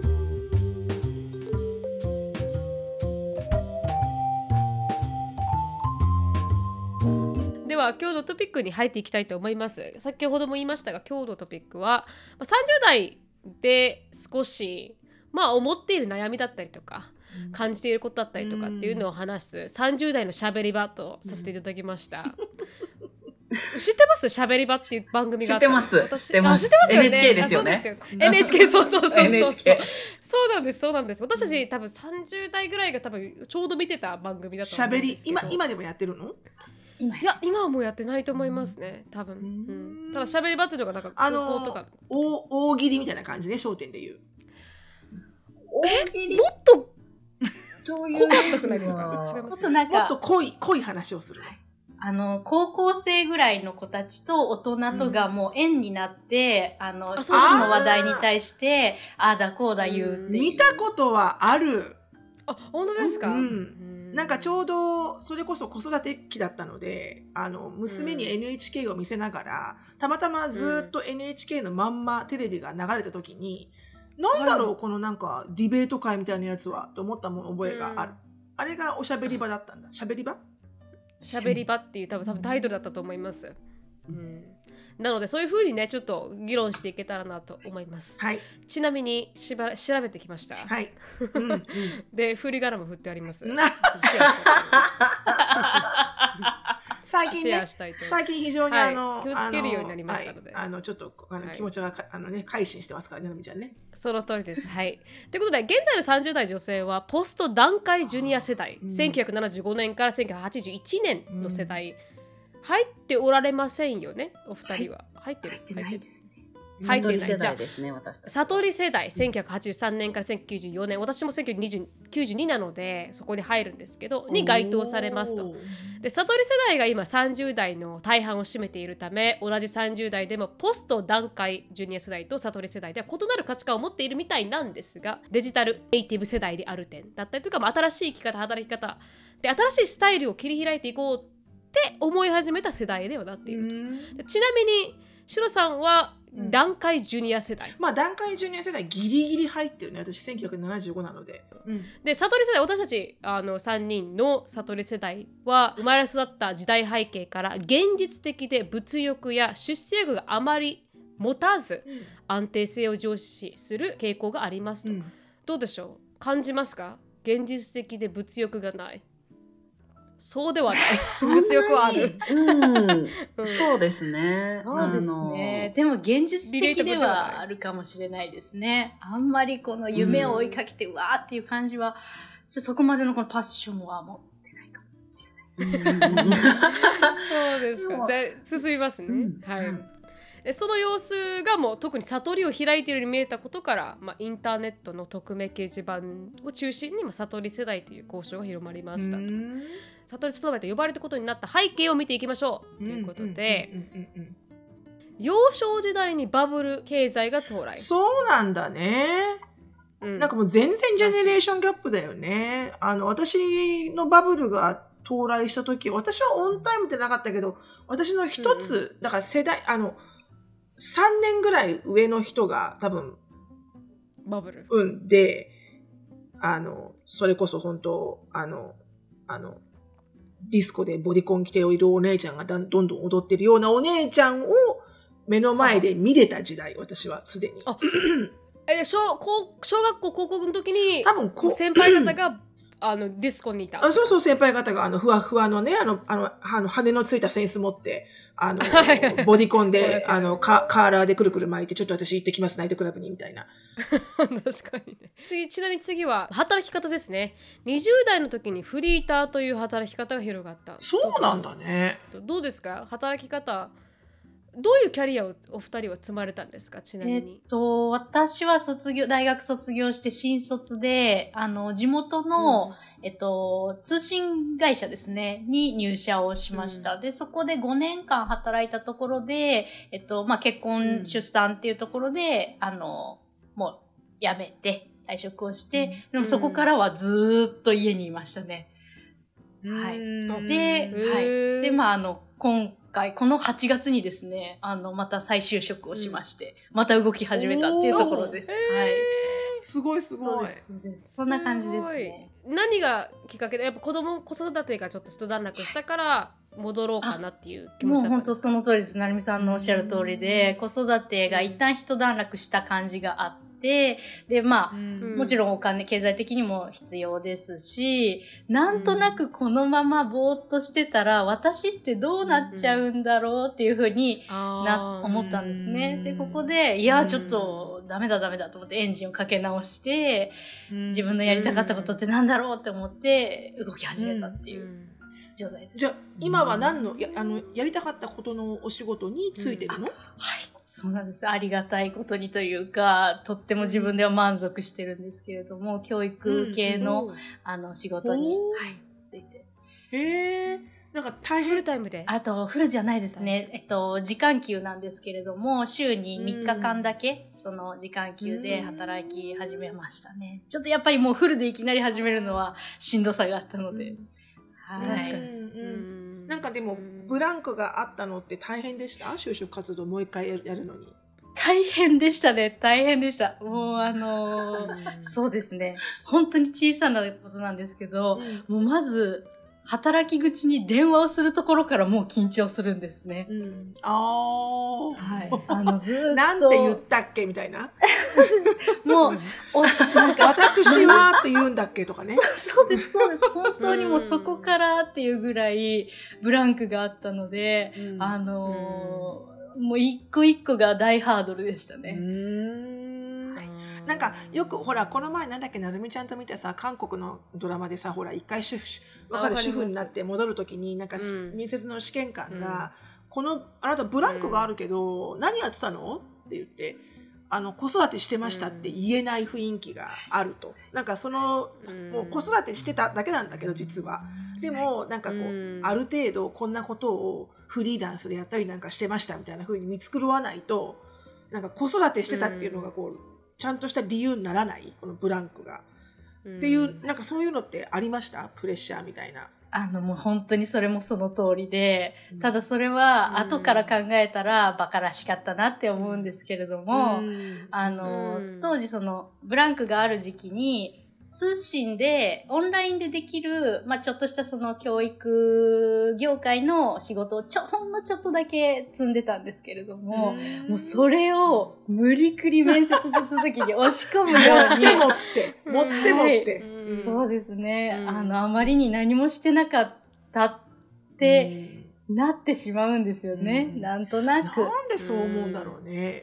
B: では今日のトピックに入っていきたいと思います。先ほども言いましたが、今日のトピックはさんじゅう代で少しまあ思っている悩みだったりとか、うん、感じていることだったりとかっていうのを話すさんじゅう代のしゃべり場とさせていただきました。うん知ってますしゃべり場っていう番組があった。
C: 知ってます。知ってます。
B: 知ってますよね。
C: エヌエイチケー ですよね。
B: そうですよ。エヌエイチケー そうそうそうそう。
C: エヌエイチケー
B: そうなんです、そうなんです。私たち多分さんじゅう代ぐらいが多分ちょうど見てた番組だと思うんですけど。
A: しゃべり、今、今でもやってるの？
B: 今いや、今はもうやってないと思いますね。多分。うん、ただしゃべり場っていうのがなんか高校とか。
A: 大喜利みたいな感じね、笑点で言う。
B: え、もっと濃かったくないですか？違います。
A: もっと濃い、濃い話をするの。
D: あの、高校生ぐらいの子たちと大人とがもう縁になって、うん、あの、一つの話題に対して、ああだこうだ言うっていう。
A: 見たことはある。
B: あ、本当ですか？うん。
A: うんなんかちょうど、それこそ子育て期だったので、あの、娘に エヌエイチケー を見せながら、うん、たまたまずっと エヌエイチケー のまんまテレビが流れた時に、うん、なんだろう、はい、このなんかディベート会みたいなやつは、と思ったもの覚えがある。うん、あれがおしゃべり場だったんだ。しゃべり場？
B: しゃべり場っていう多分多分タイトルだったと思います、うん、なのでそういう風にねちょっと議論していけたらなと思います、
A: はい、
B: ちなみにしばら調べてきました、
A: はい
B: うんうん、で振り仮名も振ってあります
A: 最近ね最近非常にあの、
B: はい、気をつけるようになりましたので、
A: はい、あのちょっとあの、はい、気持ちがあのね改心してますからねなみちゃんね
B: その通りですはいということで現在のさんじゅう代女性はポスト団塊ジュニア世代、うん、せんきゅうひゃくななじゅうごねんからせんきゅうひゃくはちじゅういちねんの世代、うん、入っておられませんよねお二人は入ってる
A: 入ってないですね
B: 入ってない
C: 世代ですね私たち
B: 悟り世代せんきゅうひゃくはちじゅうさんねんからせんきゅうひゃくきゅうじゅうよねん私もせんきゅうひゃくきゅうじゅうになのでそこに入るんですけどに該当されますとで悟り世代が今さんじゅう代の大半を占めているため同じさんじゅう代でもポスト団塊ジュニア世代と悟り世代では異なる価値観を持っているみたいなんですがデジタルネイティブ世代である点だったりとか、まあ、新しい生き方働き方で新しいスタイルを切り開いていこうって思い始めた世代ではなっているとちなみにシロさんは団塊ジュニア世代、
A: うん、まあ団塊ジュニア世代ギリギリ入ってるね私せんきゅうひゃくななじゅうごなので、
B: うん、で悟り世代私たちあのさんにんの悟り世代は生まれ育った時代背景から現実的で物欲や出世欲があまり持たず、うん、安定性を重視する傾向がありますと、うん、どうでしょう感じますか現実的で物欲がないそうではない物欲はある、
C: うんうん、そうですね
D: そうですねでも現実的ではあるかもしれないですねあんまりこの夢を追いかけて、うん、わーっていう感じはちょそこまでのこのパッションは持ってないかもしれないです、うん、
B: そうですかじゃあ進みますね、うん、はい、うんその様子がもう特に悟りを開いているように見えたことから、まあ、インターネットの匿名掲示板を中心に、まあ、悟り世代という交渉が広まりましたと悟り世代と呼ばれることになった背景を見ていきましょうということで幼少時代にバブル経済が到来
A: そうなんだね、うん、なんかもう全然ジェネレーションギャップだよねあの私のバブルが到来した時私はオンタイムってなかったけど私の一つ、うん、だから世代あのさんねんぐらい上の人が多分、
B: バブル。
A: うん。で、あの、それこそ本当、あの、あの、ディスコでボディコン着ているお姉ちゃんがだんどんどん踊ってるようなお姉ちゃんを目の前で見れた時代、私はすでに。
B: あえ小高小学校高校の時に
A: 多分こう
B: 先輩方があのディスコにいた。
A: あそうそう、先輩方があのふわふわのね、あの、あの、あの羽のついたセンス持って、あの、ボディコンで、あの、カカーラーでくるくる巻いて、ちょっと私行ってきます、ナイトクラブに、みたいな。
B: 確かにね。次、ちなみに次は働き方ですね。にじゅう代の時にフリーターという働き方が広がった。
A: そうなんだね。
B: どうですか、働き方。どういうキャリアをお二人は積まれたんですか、ちなみに。
D: えっと、私は卒業、大学卒業して新卒で、あの、地元の、うん、えっと、通信会社ですね、に入社をしました。うん、で、そこでごねんかん働いたところで、えっと、まあ、結婚、うん、出産っていうところで、あの、もう、辞めて、退職をして、うん、でもそこからはずーっと家にいましたね。うん、はい。で、はい。で、まあ、あの、今回、このはちがつにですね、あの、また再就職をしまして、うん、また動き始めたっていうところです。はい。
A: すごいすごい。
D: そうです。そんな感じですね。
B: 何がきっかけで、やっぱ子供、子育てがちょっと一段落したから戻ろうかなっていう気持ちだったんですか？もう
D: 本当その通りです。なるみさんのおっしゃる通りで、子育てが一旦一段落した感じがあって、で、で、まあ、うん、もちろんお金、経済的にも必要ですし、なんとなくこのままぼーっとしてたら、私ってどうなっちゃうんだろうっていうふうにな、思ったんですね。で、ここで、いや、ちょっとダメだダメだと思ってエンジンをかけ直して、自分のやりたかったことってなんだろうって思って動き始めたっていう状態です。
A: じゃあ、今は何の、や、あの、やりたかったことのお仕事についてるの？
D: はい。そうなんです。ありがたいことにというか、とっても自分では満足してるんですけれども、教育系の、うん、あの、仕事に、はい、ついて。
A: へー。なんか大変。
B: フルタイムで？
D: あと、フルじゃないですね。えっと、時間給なんですけれども、週にみっかかんだけ、その時間給で働き始めましたね。ちょっとやっぱりもうフルでいきなり始めるのはしんどさがあったので。
B: はい、確かに。
A: うん、なんかでもブランクがあったのって大変でした？就職活動もう一回やるのに。
D: 大変でしたね。大変でした。もうあのー、そうですね。本当に小さなことなんですけど、うん、もうまず働き口に電話をするところからもう緊張するんですね。うん、
A: ああ。
D: はい。あのずーっと
A: なんて言ったっけみたいな。
D: もうおなんか
A: 私はって言うんだっけとかね。
D: そ, そうですそうです。本当にもうそこからっていうぐらいブランクがあったので、うん、あのー、もう一個一個が大ハードルでしたね。うー
A: ん、はい、なんかよくほらこの前なんだっけなるみちゃんと見たさ韓国のドラマでさほら一回主婦わかる主婦になって戻るときになんか、うん、面接の試験官が、うん、このあなたブランクがあるけど、うん、何やってたのって言って。あの子育てしてましたって言えない雰囲気があると、なんかその、うん、もう子育てしてただけなんだけど実はでもなんかこう、うん、ある程度こんなことをフリーランスでやったりなんかしてましたみたいな風に見繕わないとなんか子育てしてたっていうのがこう、うん、ちゃんとした理由にならないこのブランクが、うん、っていうなんかそういうのってありました？プレッシャーみたいな。
D: あのもう本当にそれもその通りで、ただそれは後から考えたら馬鹿らしかったなって思うんですけれども、うん、あの、当時そのブランクがある時期に通信でオンラインでできる、まあ、ちょっとしたその教育業界の仕事をちょほんのちょっとだけ積んでたんですけれども、うん、もうそれを無理くり面接手続きに押し込むように
A: 持って持って持って持って、
D: はいそうですね、うん、あのあまりに何もしてなかったってなってしまうんですよね、うん、なんとなく
A: なんでそう思うんだろうね、うん、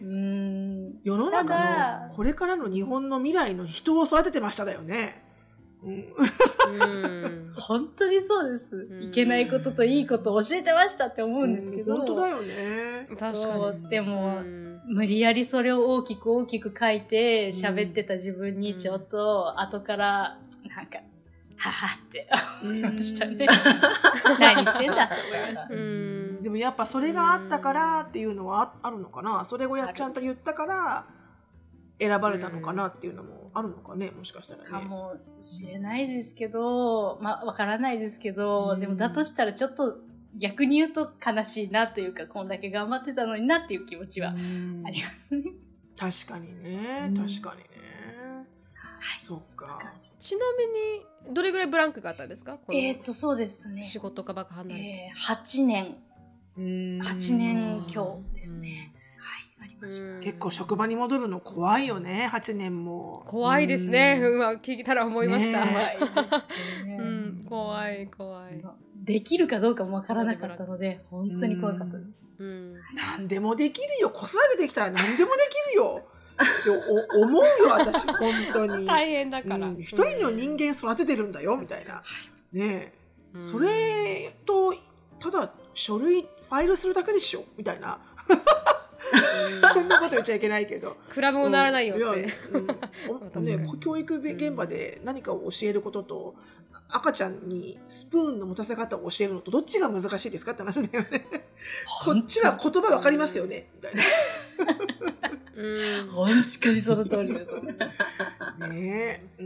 A: 世の中のこれからの日本の未来の人を育ててましただよね、うん、
D: 本当にそうです、いけないことといいことを教えてましたって思うんですけど、
A: うん、本当だよね
D: 確かにでも、無理やりそれを大きく大きく書いて喋ってた自分にちょっと後からなんかははって思いましたね何してんだって思いました。
A: うんでもやっぱそれがあったからっていうのはあるのかな、それをやちゃんと言ったから選ばれたのかなっていうのもあるのかね、もしかしたらね
D: かもしれないですけど、まあわからないですけど、でもだとしたらちょっと逆に言うと悲しいなというか、こんだけ頑張ってたのになっていう気持ちはありますね。
A: 確かにね、確かにね。はい、そっか。
B: ちなみにどれぐらいブランクがあったんですか？
D: えっとそうですね。
B: 仕事がばか離れて、
D: えー、はちねん、はちねん強ですね。はい、ありました。
A: 結構職場に戻るの怖いよね、はちねんも。
B: 怖いですね。今聞いたら思いました。
D: 怖いですね。
B: うん、怖い怖い。
D: できるかどうかもわからなかったので、本当に怖かったです。
B: うん、
A: 何でもできるよ。子育てできたら何でもできるよ。ってお思うよ、私本当に。
B: 大変だから。
A: うん、一人の人間育ててるんだよみたいな。ねえ、うん、それとただ書類ファイルするだけでしょみたいな。そんなこと言っちゃいけないけど。
B: 比べもならないよって。
A: うんうん、ね、教育現場で何かを教えることと、赤ちゃんにスプーンの持たせ方を教えるのとどっちが難しいですかって話だよね。こっちは言葉わかりますよねみたいな。
D: うん、確かにその通りだと思います。
A: ねえ、うん、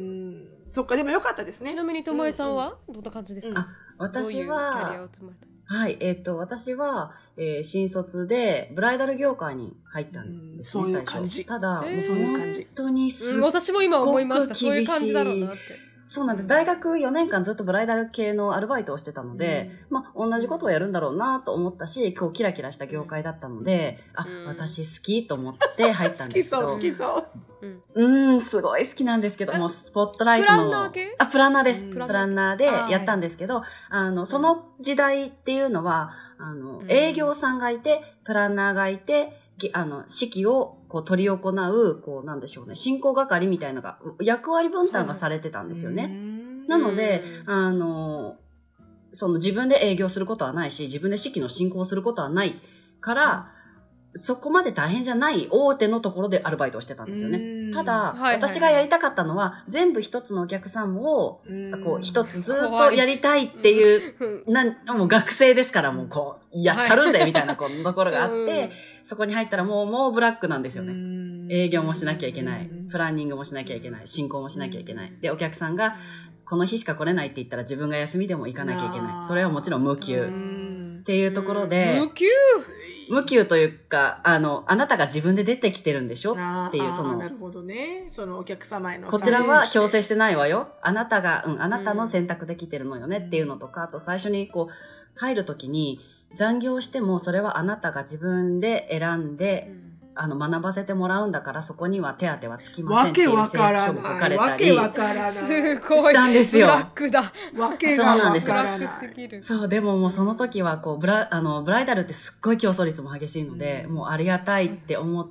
A: そっか、でもよかったですね。
B: ちなみにともえさんはどんな感じですか？
C: うん、あ、私は、
B: どういうキャリアを積まれた？
C: はい、えっと、私は、えー、新卒でブライダル業界に入ったんですね、
A: うん、そういう感じ。
C: ただ、
A: えー、そういう感じ。
C: 本当にすっ
B: ごく、うん、私も今思いました。そういう感じだろうなって。
C: そうなんです。大学よねんかんずっとブライダル系のアルバイトをしてたので、うん、まあ、同じことをやるんだろうなと思ったし、こうキラキラした業界だったので、あ、うん、私好きと思って入ったんですけど。
A: 好きそう、好きそう。
C: うん、ん、すごい好きなんですけど、もうスポットライトの。
B: プランナー系？
C: あ、プランナーです。プランナーでやったんですけど、あの、その時代っていうのは、あの、営業さんがいて、プランナーがいて、あの、指揮をこう取り行う、こう、なんでしょうね、進行係みたいなのが、役割分担がされてたんですよね。なので、あの、その自分で営業することはないし、自分で指揮の進行することはないから、そこまで大変じゃない大手のところでアルバイトをしてたんですよね。ただ、はいはいはい、私がやりたかったのは、全部一つのお客さんを、こう、一つずっとやりたいっていう、なん、もう学生ですから、もうこう、やったるぜみたいなこうところがあって、そこに入ったらもう、もうブラックなんですよね。営業もしなきゃいけない。プランニングもしなきゃいけない。進行もしなきゃいけない。で、お客さんが、この日しか来れないって言ったら自分が休みでも行かなきゃいけない。それはもちろん無給。っていうところで、
B: 無給
C: 無給というか、あの、あなたが自分で出てきてるんでしょっていう、その、
A: なるほどね。そのお客様への。
C: こちらは強制してないわよ。あなたが、うん、あなたの選択できてるのよねっていうのとか、あと最初にこう、入るときに、残業してもそれはあなたが自分で選んで、うんあの、学ばせてもらうんだから、そこには手当はつきませんっていう請求書も書かれたり。
A: わけわからない。
B: すごい。
C: したんですよ。
B: ブラックだ。
A: わけがわからない。
C: そう、でももうその時は、こう、ブラ、あの、ブライダルってすっごい競争率も激しいので、うん、もうありがたいって思って、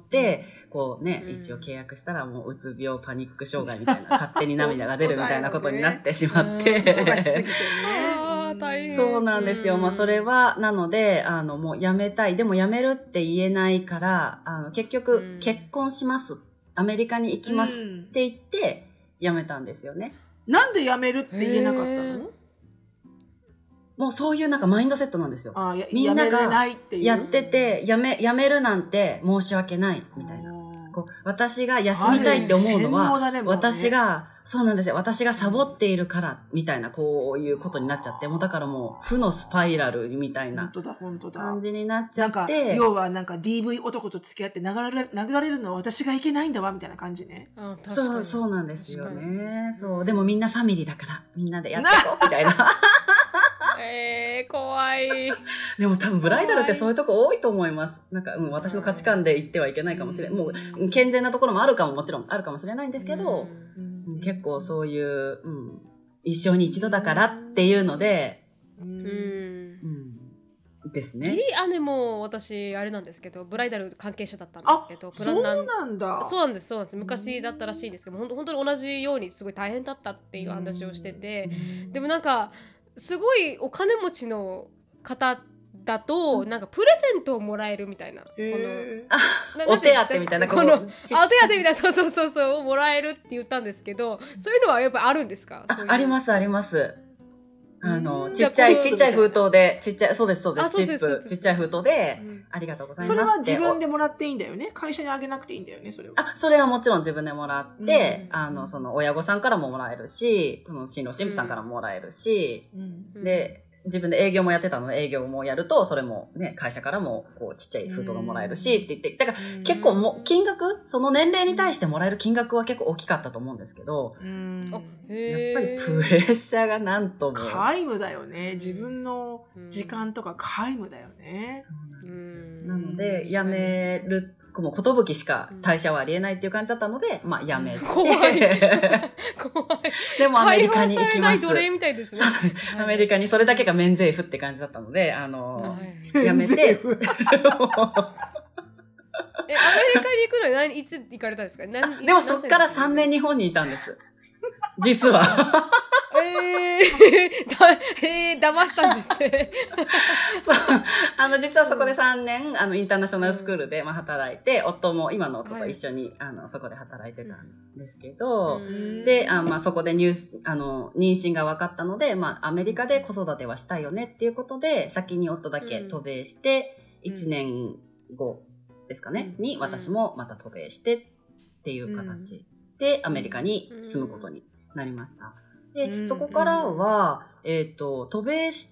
C: うん、こうね、うん、一応契約したらもう、うつ病、パニック障害みたいな、勝手に涙が出るみたいなことになってしまって。
A: 忙しすぎてね。
C: そうなんですよ。まあ、それは、なので、あの、もう辞めたい。でも辞めるって言えないから、あの、結局、結婚します。アメリカに行きますって言って、辞めたんですよね。
A: なんで辞めるって言えなかったの？
C: もうそういうなんかマインドセットなんですよ。
A: ああ、
C: みんながや
A: っ
C: ってて、辞め、辞めるなんて申し訳ない、みたいな。こう私が休みたいって思うのは、ね、私が、そうなんですよ。私がサボっているから、みたいな、こういうことになっちゃって、もうだからもう、負のスパイラルみたいな感じになっちゃって。なんか、
A: 要はなんか ディーブイ 男と付き合って殴られ、殴られるのは私がいけないんだわ、みたいな感じね。
C: あ確かにそう、そうなんですよね。そう。でもみんなファミリーだから、みんなでやっていこう、みたいな。
B: えー、怖い。
C: でも多分ブライダルってそういうとこ多いと思います。なんか、うん、私の価値観で言ってはいけないかもしれない。もう、健全なところもあるかも、もちろんあるかもしれないんですけど、うん、結構そういう、うん、一生に一度だからっていうので、うん、うん、ですね。
B: 義理姉も私、あれなんですけど、ブライダル関係者だったんですけど、プランナー
A: そうなんだ。
B: そうなんです、そうなんです。昔だったらしいですけど、本当に同じようにすごい大変だったっていう話をしてて、でもなんか、すごいお金持ちの方だと、なんかプレゼントをもらえるみたいな、こ
C: のお手当みたいな、
B: このあお手当みたいな、そうそうそうそうもらえるって言ったんですけど、そういうのはやっぱあるんですか？
C: あ、ありますあります。あのちっちゃいちっちゃい封筒でちっちゃいそうですそうですチップちっちゃい封筒で、うん、ありがとうございます。
A: それは自分でもらっていいんだよね。会社にあげなくていいんだよね。それは。
C: あ、それはもちろん自分でもらって、うん、あのその親御さんからももらえるし、その新郎新婦さんからももらえるし、うん、で自分で営業もやってたので、営業もやると、それもね、会社からも、こう、ちっちゃい封筒がもらえるし、って言って、だから結構もう、金額、その年齢に対してもらえる金額は結構大きかったと思うんですけど、
A: うん
C: やっぱりプレッシャーがなんとも。
A: 皆無だよね。自分の時間とか皆無だよね。
C: そうなんですよ。なので、辞める、もうことぶきしか退社はありえないっていう感じだったので、まあ辞めて。
B: 怖いです。怖い。
C: でもアメリカに行きます。
B: 解放されない奴隷みたいですね。
C: アメリカにそれだけが免税符って感じだったので、あの、辞めて。え、アメリカに行
B: くのに何いつ行かれたんですか？何
C: でもそっからさんねん日本にいたんです。実は。
B: えー、だ、えー、騙したんですって
C: そう。あの、実はそこでさんねん、あの、インターナショナルスクールで、まあ、働いて、夫も、今の夫と一緒に、はい、あの、そこで働いてたんですけど、で、あまあ、そこでニュース、あの、妊娠が分かったので、まあ、アメリカで子育てはしたいよねっていうことで、先に夫だけ渡米して、いちねんごですかね、に、私もまた渡米してっていう形で、アメリカに住むことになりました。で、そこからは、えっと、渡米して、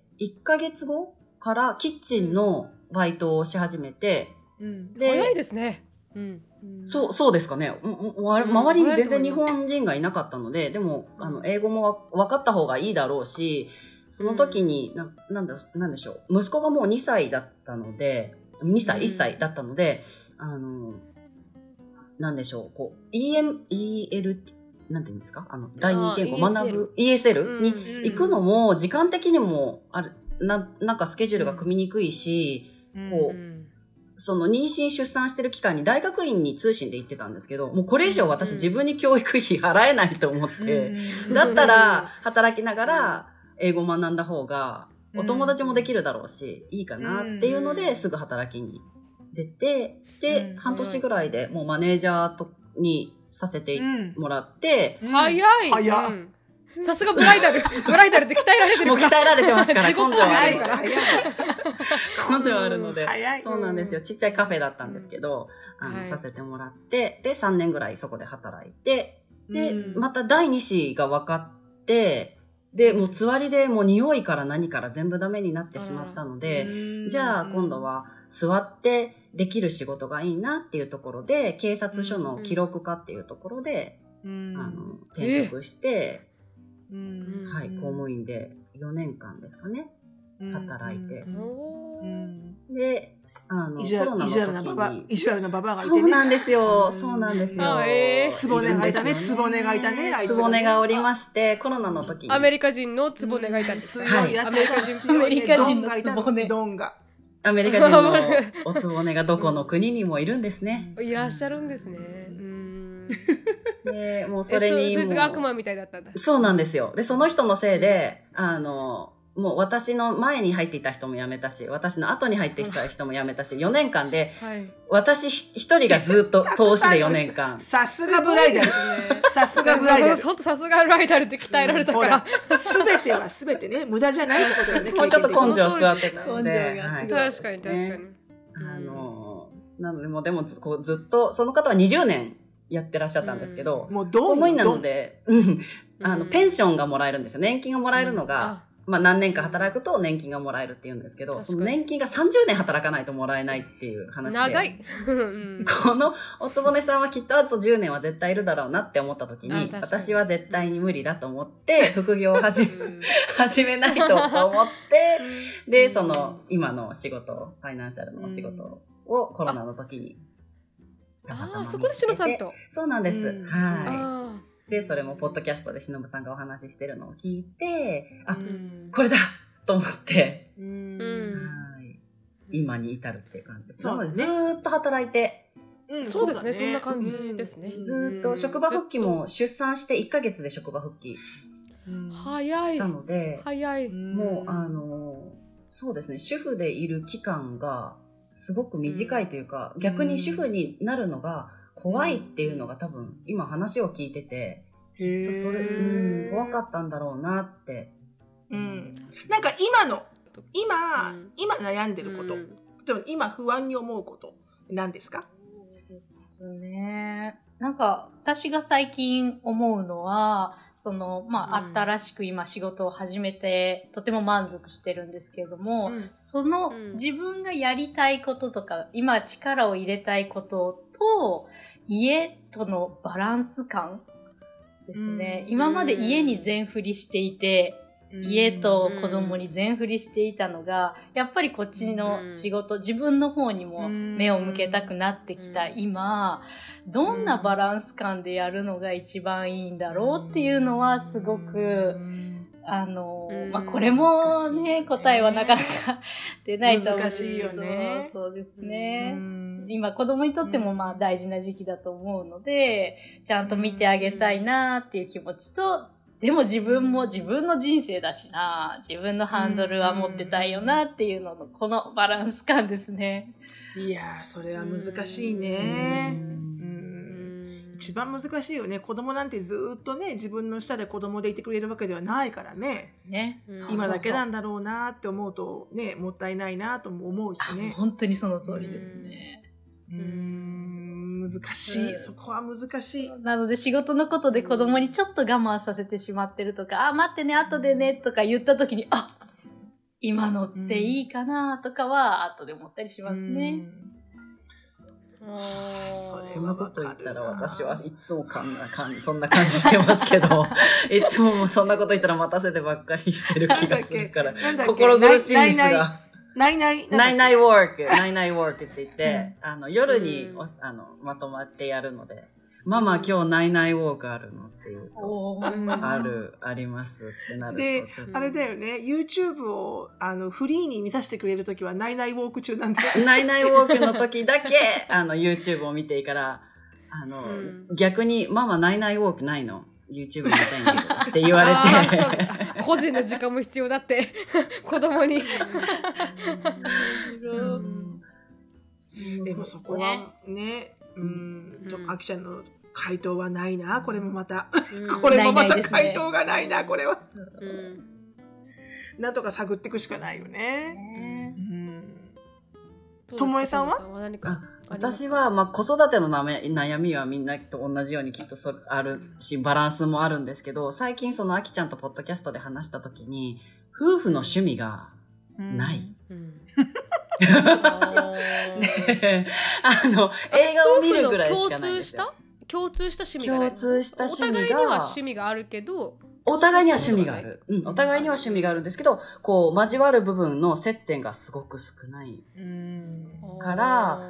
C: いっかげつごからキッチンのバイトをし始めて、
B: うん、で早いですね。うん、
C: そう、そうですかね。周りに全然日本人がいなかったので、でも、あの、英語も分かった方がいいだろうし、その時に、な、なんだ、なんでしょう。息子がもうにさいだったので、にさい、いっさいだったので、あの、なんでしょう、こう、イーエム、イーエル なんて言うんですか？あの、第二言語学ぶ イーエスエル に行くのも、時間的にも、ある、な、なんかスケジュールが組みにくいし、こう、その妊娠出産してる期間に大学院に通信で行ってたんですけど、もうこれ以上私自分に教育費払えないと思って、だったら働きながら英語学んだ方が、お友達もできるだろうし、いいかなっていうので、すぐ働きに出て、で、半年ぐらいでもうマネージャーとにさせてもらって、
B: うん、早い
A: 早い、
B: うん、さすがブライダルブライダルって鍛えられてるから
C: もう鍛えられてますから根性はある
B: から
C: 根性はあるのでそうなんですよ。ちっちゃいカフェだったんですけど、うん、あの、はい、させてもらってでさんねんぐらいそこで働いてで、うん、まただいに子が分かってでもうつわりでもう匂いから何から全部ダメになってしまったので、うん、じゃあ今度は座ってできる仕事がいいなっていうところで、警察署の記録課っていうところで、うん、あの転職して、うん、はい、公務員でよねんかんですかね、働いて。うん、で、あの、コロナの時に。意地悪なババ、
A: 意地悪なババがいて
C: ね。そうなんですよ。そうなんですよ。
A: つぼねがいたね、つぼねがいたね、あいつ。
C: つぼねがおりまして、コロナの時に。
B: アメリカ人のつぼねがいたんです。
A: 強いやつ、アメリカ人、アメリカ人のつぼね。ドンが。
C: アメリカ人のおつぼねがどこの国にもいるんですね。
B: いらっしゃるんですね。うん。
C: で、もうそれに
B: そ。そいつが悪魔みたいだったんだ。
C: そうなんですよ。で、その人のせいで、あの、もう私の前に入っていた人も辞めたし、私の後に入っていた人も辞めたし、よねんかんで、はい、私一人がずっと投資でよねんかん。
A: さすがブライダル。さすがブライダル。
B: ほんとさすがブライダルって鍛えられたから。
A: すべてはすべてね、無駄じゃないってことだよね。
C: もうちょっと根性座ってたので。
B: はい、確かに確かに。ね、
C: あの、なので、もうでもこうずっと、その方はにじゅうねんやってらっしゃったんですけど、
A: うん、もうどう
C: 公務員なので、あの、ペンションがもらえるんですよ。年金がもらえるのが、うんまあ何年か働くと年金がもらえるって言うんですけど、その年金がさんじゅうねん働かないともらえないっていう話で。
B: 長い
C: このおつぼねさんはきっとあとじゅうねんは絶対いるだろうなって思った時に、私は絶対に無理だと思って、副業を始め、始めないとと思って、で、その今の仕事、ファイナンシャルの仕事をコロナの時に。
B: ああ、そこでしのさんと。
C: そうなんです。はい。で、それもポッドキャストでしのぶさんがお話ししてるのを聞いて、あ、うん、これだと思って、うん、はい今に至るっていう感じです。そう、ね、ずーっと働いて、
B: うん、そうですね、そんな感じですね。
C: ずーっと職場復帰も出産していっかげつで職場復帰したので、
B: 早い。
C: もうあのそうですね、主婦でいる期間がすごく短いというか、うん、逆に主婦になるのが怖いっていうのが多分今話を聞いてて、きっとそれ、うん、怖かったんだろうなって、
A: うん、なんか今の今、うん、今悩んでること、うん、例えば今不安に思うこと何ですか？
D: そうですね、なんか私が最近思うのはその、まあ、新しく今仕事を始めて、とても満足してるんですけれども、うん、その自分がやりたいこととか、今力を入れたいことと、家とのバランス感ですね。うん、今まで家に全振りしていて、家と子供に全振りしていたのが、やっぱりこっちの仕事、自分の方にも目を向けたくなってきた今、どんなバランス感でやるのが一番いいんだろうっていうのはすごく、あの、まあ、これもね、答えはなかなか出ないと思うんですけど、難しいよね。そうですね。今子供にとってもまあ大事な時期だと思うので、ちゃんと見てあげたいなっていう気持ちと、でも自分も自分の人生だしな、自分のハンドルは持ってたいよなっていうのの、このバランス感ですね。
A: いやー、それは難しいね。うん、一番難しいよね。子供なんてずっとね、自分の下で子供でいてくれるわけではないからね。そうですね。今だけなんだろうなって思うとね、もったいないなとも思うしね。
D: 本当にその通りですね。
A: うーん、難しい、うん。そこは難しい。
D: なので仕事のことで子供にちょっと我慢させてしまってるとか、あ、待ってね、後でね、とか言った時に、あ、今のっていいかなとかは後で思ったりしますね。
C: うん、あ、そんなこと言ったら私はいつもかんなかんそんな感じしてますけど、いつもそんなこと言ったら待たせてばっかりしてる気がするから、心苦しいんですが。
A: ないない。
C: ないないワーク。ないないワークって言って、うん、あの、夜に、うん、あの、まとまってやるので、ママ今日ないないウォークあるのっていうと、ある、ありますってなると。
A: で、あれだよね、YouTube を、あの、フリーに見させてくれるときは、ないないウォーク中なんだよ。
C: ないないウォークの時だけ、あの、YouTube を見ていいから、あの、うん、逆に、ママないないウォークないのYouTube 見たいんだけどって言われて
B: 個人の時間も必要だって子供に
A: でもそこはね、うん、とあきちゃんの回答はないな、これもまたこれもまた回答がないな、これは、うん、なんとか探っていくしかないよね。ともえさんは何か
C: 私は、まあ、子育ての悩みはみんなと同じようにきっとそあるし、バランスもあるんですけど、最近そのあきちゃんとポッドキャストで話したときに、夫婦の趣味がない。うんうんね、あの、映画を見るぐらいしかないんですよ。
B: 共通した趣味がない。
C: 共通した趣味が。
B: お互いには趣味があるけど、
C: お互いには趣味がある。うん、お互いには趣味があるんですけど、こう、交わる部分の接点がすごく少ないから、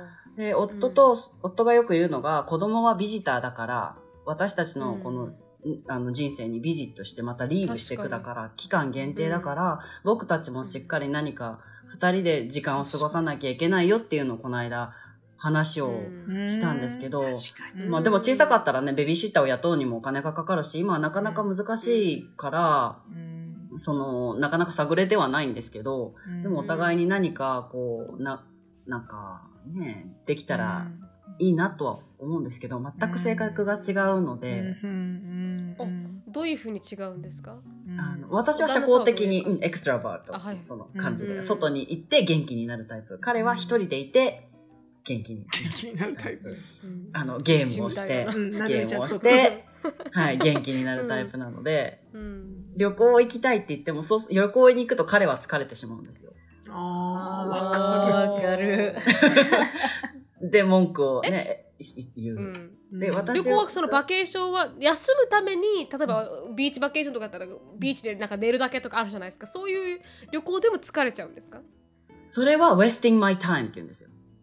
C: で、夫と、うん、夫がよく言うのが、子供はビジターだから、私たちのこの、うん、あの人生にビジットしてまたリードしていくだから、期間限定だから、うん、僕たちもしっかり何か二人で時間を過ごさなきゃいけないよっていうのをこの間話をしたんですけど、うん、まあでも小さかったらね、ベビーシッターを雇うにもお金がかかるし、今はなかなか難しいから、うん、その、なかなか探れではないんですけど、うん、でもお互いに何かこう、な、なんかね、できたらいいなとは思うんですけど、全く性格が違うので、うん
B: うん、どういうふうに違うんですか？
C: あの私は社交的に、うん、エクストラバート、はい、その感じで、うん、外に行って元気になるタイプ。彼は一人でいて元気に、
A: 元気になるタイプ。
C: あのゲームをして、ゲームをして、はい、元気になるタイプなので、うん、旅行行きたいって言っても、そう旅行に行くと彼は疲れてしまうんですよ。
A: ああ、わかる。
D: わかる。
C: で、文句をね、言う。
B: うん、で私旅行はそのバケーションは休むために、例えばビーチバケーションとかだったらビーチでなんか寝るだけとかあるじゃないですか。そういう旅行でも疲れちゃうんですか？
C: それは wasting my time って言うんですよ。
A: うん、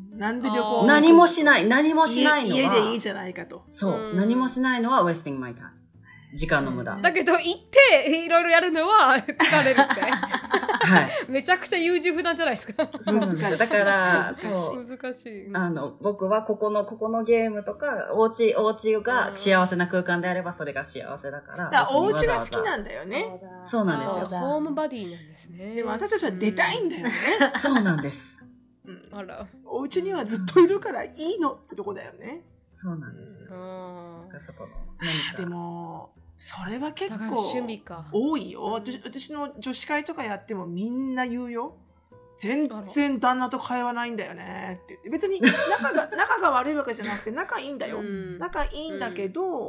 A: なんで旅行
C: 何もしない何もしないのは
A: 家でいいじゃないかと。
C: そう、うん、何もしないのは wasting my time。時間の無駄、うん、
B: だけど行っていろいろやるのは疲れるって、はい、めちゃくちゃ優柔不断じゃないですか。
C: 難しい。だから
B: そう難しい、うん、
C: あの僕はここのここのゲームとかお家お家が幸せな空間であればそれが幸せだから。だから
A: お家が好きなんだよね。
C: そうなんですよ。
B: ホームバディなんですね。
A: でも私たちは出たいんだよね。
C: うん、そうなんです。
A: うん、あら、お家にはずっといるからいいのってとこだよね。
C: そうなんですよ。うん、そこの
A: 何かでもそれは結構多いよ。私、私の女子会とかやってもみんな言うよ。全然旦那と会話ないんだよねって言って。別に仲が仲が悪いわけじゃなくて仲いいんだよ。うん、仲いいんだけど、う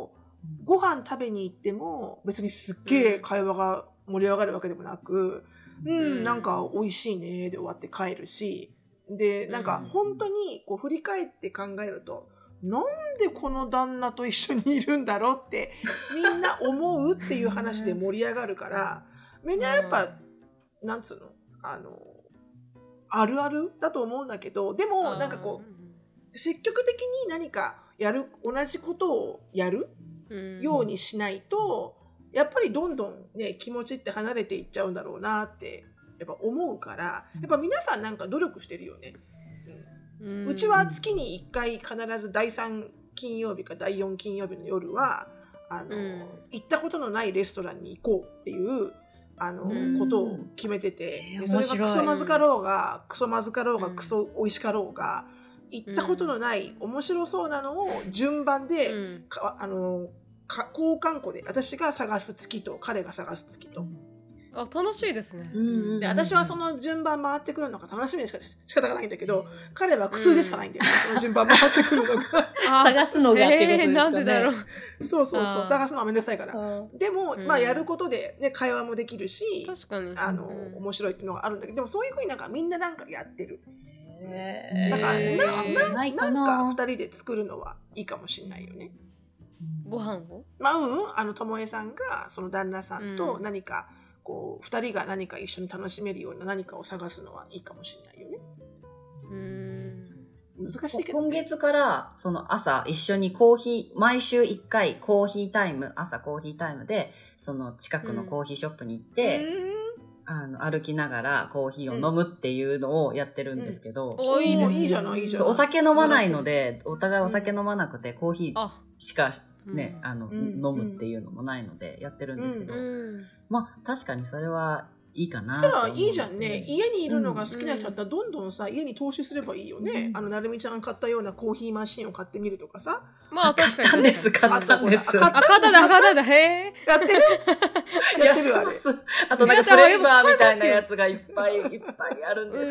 A: ご飯食べに行っても別にすっげえ会話が盛り上がるわけでもなく、うん、うん、なんか美味しいねで終わって帰るし、でなんか本当にこう振り返って考えると、なんでこの旦那と一緒にいるんだろうってみんな思うっていう話で盛り上がるから、みんなやっぱなんつうの、あのあるあるだと思うんだけど、でもなんかこう積極的に何かやる、同じことをやるようにしないと、やっぱりどんどんね気持ちって離れていっちゃうんだろうなってやっぱ思うから、やっぱ皆さんなんか努力してるよね。うん、うちは月にいっかい必ずだいさん金曜日かだいよん金曜日の夜はあの、うん、行ったことのないレストランに行こうっていうあの、うん、ことを決めてて、それがクソまずかろうがクソまずかろうがクソ美味しかろうが、行ったことのない面白そうなのを順番で、うん、かあのか交換庫で私が探す月と彼が探す月と、
B: あ、楽しいですね。
A: で、私はその順番回ってくるのが楽しみでしか仕方がないんだけど、彼は苦痛でしかないんだよね、うん、その順番回ってくるのが
D: 探すのがってことですかね。えー、
B: なんでだろ
A: う。そうそうそう、探すのはめんどくさいから。でも、まあやることでね会話もできるし、
B: 確かに
A: あの、うん、面白いっていうのがあるんだけど、でもそういう風になんかみんななんかやってる。だからな、な、なんかふたりで作るのはいいかもしれないよね。
B: ご飯を？
A: まあうん、あのともえさんがその旦那さんと何か、うん、こうふたりが何か一緒に楽しめるような何かを探すのはいいかもしれないよね。うーん、難しいけど、ね、
C: 今月からその朝一緒にコーヒー、毎週いっかいコーヒータイム、朝コーヒータイムでその近くのコーヒーショップに行って、うんあの歩きながらコーヒーを飲むっていうのをやってるんですけど、
A: うんうん、いいですね、いいじゃないいいじゃない。
C: お酒飲まないのでお互いお酒飲まなくて、うん、コーヒーしかね、うん、あの、うん、飲むっていうのもないのでやってるんですけど、うん、まあ確かにそれはいいかな。
A: そしたらいいじゃんね。家にいるのが好きな人だったらどんどんさ、家に投資すればいいよね。うん、あのなるみちゃんが買ったようなコーヒーマシンを買ってみるとかさ。
B: まあ確かに。
C: 買ったんです、買ったんです。
B: 買っただ買っただ、へ
A: ー。やってるやってるあれ。
C: あとなんかフレーバーみたいなやつがいっぱいいっぱいあるんです。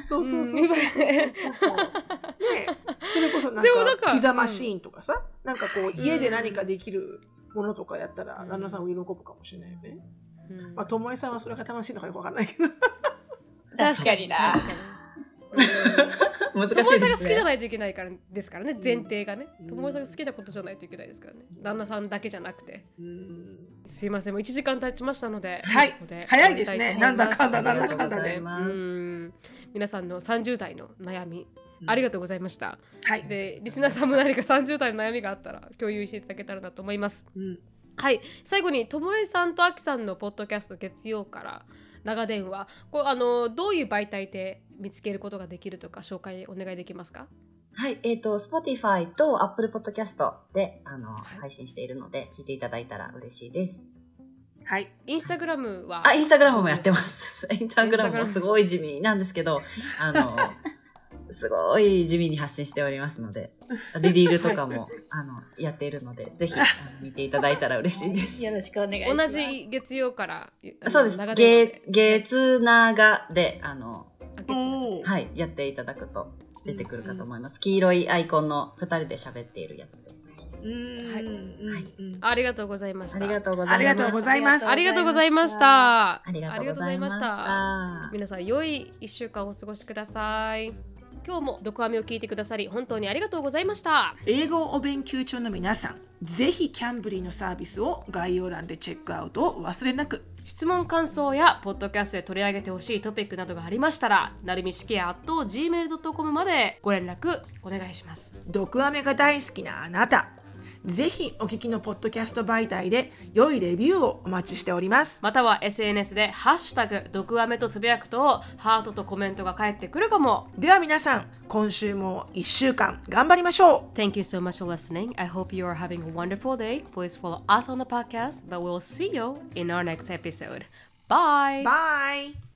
A: そうそうそうそうそうそう。ね、それこそなんかピザマシーンとかさ、なんかこう家で何かできるものとかやったら旦那さんを喜ぶかもしれないよね。うん、まあ、ともえさんはそれが楽しいのかよくわかんないけど
D: 確かにな。
B: 確かに難しいですね。ともえさんが好きじゃないといけないからですからね、前提がね。ともえさんが好きなことじゃないといけないですからね。旦那さんだけじゃなくて。うんすいません、もういちじかん経ちましたので、
A: はい、早いですね。なんだかんだなんだかんだで、
B: うん皆さんのさんじゅう代の悩み、ありがとうございました。
A: はい、
B: でリスナーさんも何かさんじゅう代の悩みがあったら共有していただけたらなと思います。うんはい、最後にともえさんとあきさんのポッドキャスト月曜から長電話、こうあのどういう媒体で見つけることができるとか紹介お願いできますか？
C: はい、えっ、ー、と Spotify と Apple Podcast であの、はい、配信しているので聞いていただいたら嬉しいです。
B: はい、インスタグラムは
C: あインスタグラムもやってます。インスタグラムもすごい地味なんですけど、あのすごい地味に発信しておりますので、リリールとかも、はい、あのやっているので、ぜひあの見ていただいたら嬉しいです。
D: よろしくお願いします。
B: 同じ月曜から
C: そうです。月月長であのはいやっていただくと出てくるかと思います。うん、黄色いアイコンのふたりで喋っているやつです。
B: うんはい、はい、ありがとうございました。
C: ありがとうご
A: ざいます。
B: ありがとうございました。
C: ありがとうございました。
B: 皆さん良いいっしゅうかんをお過ごしください。今日も毒アメを聞いてくださり本当にありがとうございました。
A: 英語をお勉強中の皆さん、ぜひキャンブリーのサービスを概要欄でチェックアウトをお忘れなく。
B: 質問感想やポッドキャストで取り上げてほしいトピックなどがありましたら、なるみしきや アットジーメールドットコム までご連絡お願いします。
A: 毒アメが大好きなあなた、ぜひお聞きのポッドキャスト媒体で良いレビューをお待ちしております。
B: または エスエヌエス でハッシュタグ毒アメとつぶやくとハートとコメントが返ってくるかも。
A: では皆さん、今週もいっしゅうかん頑張りましょう。
B: Thank you so much for listening. I hope you are having a wonderful day. Please follow us on the podcast, but we'll see you in our next episode. Bye!
A: Bye!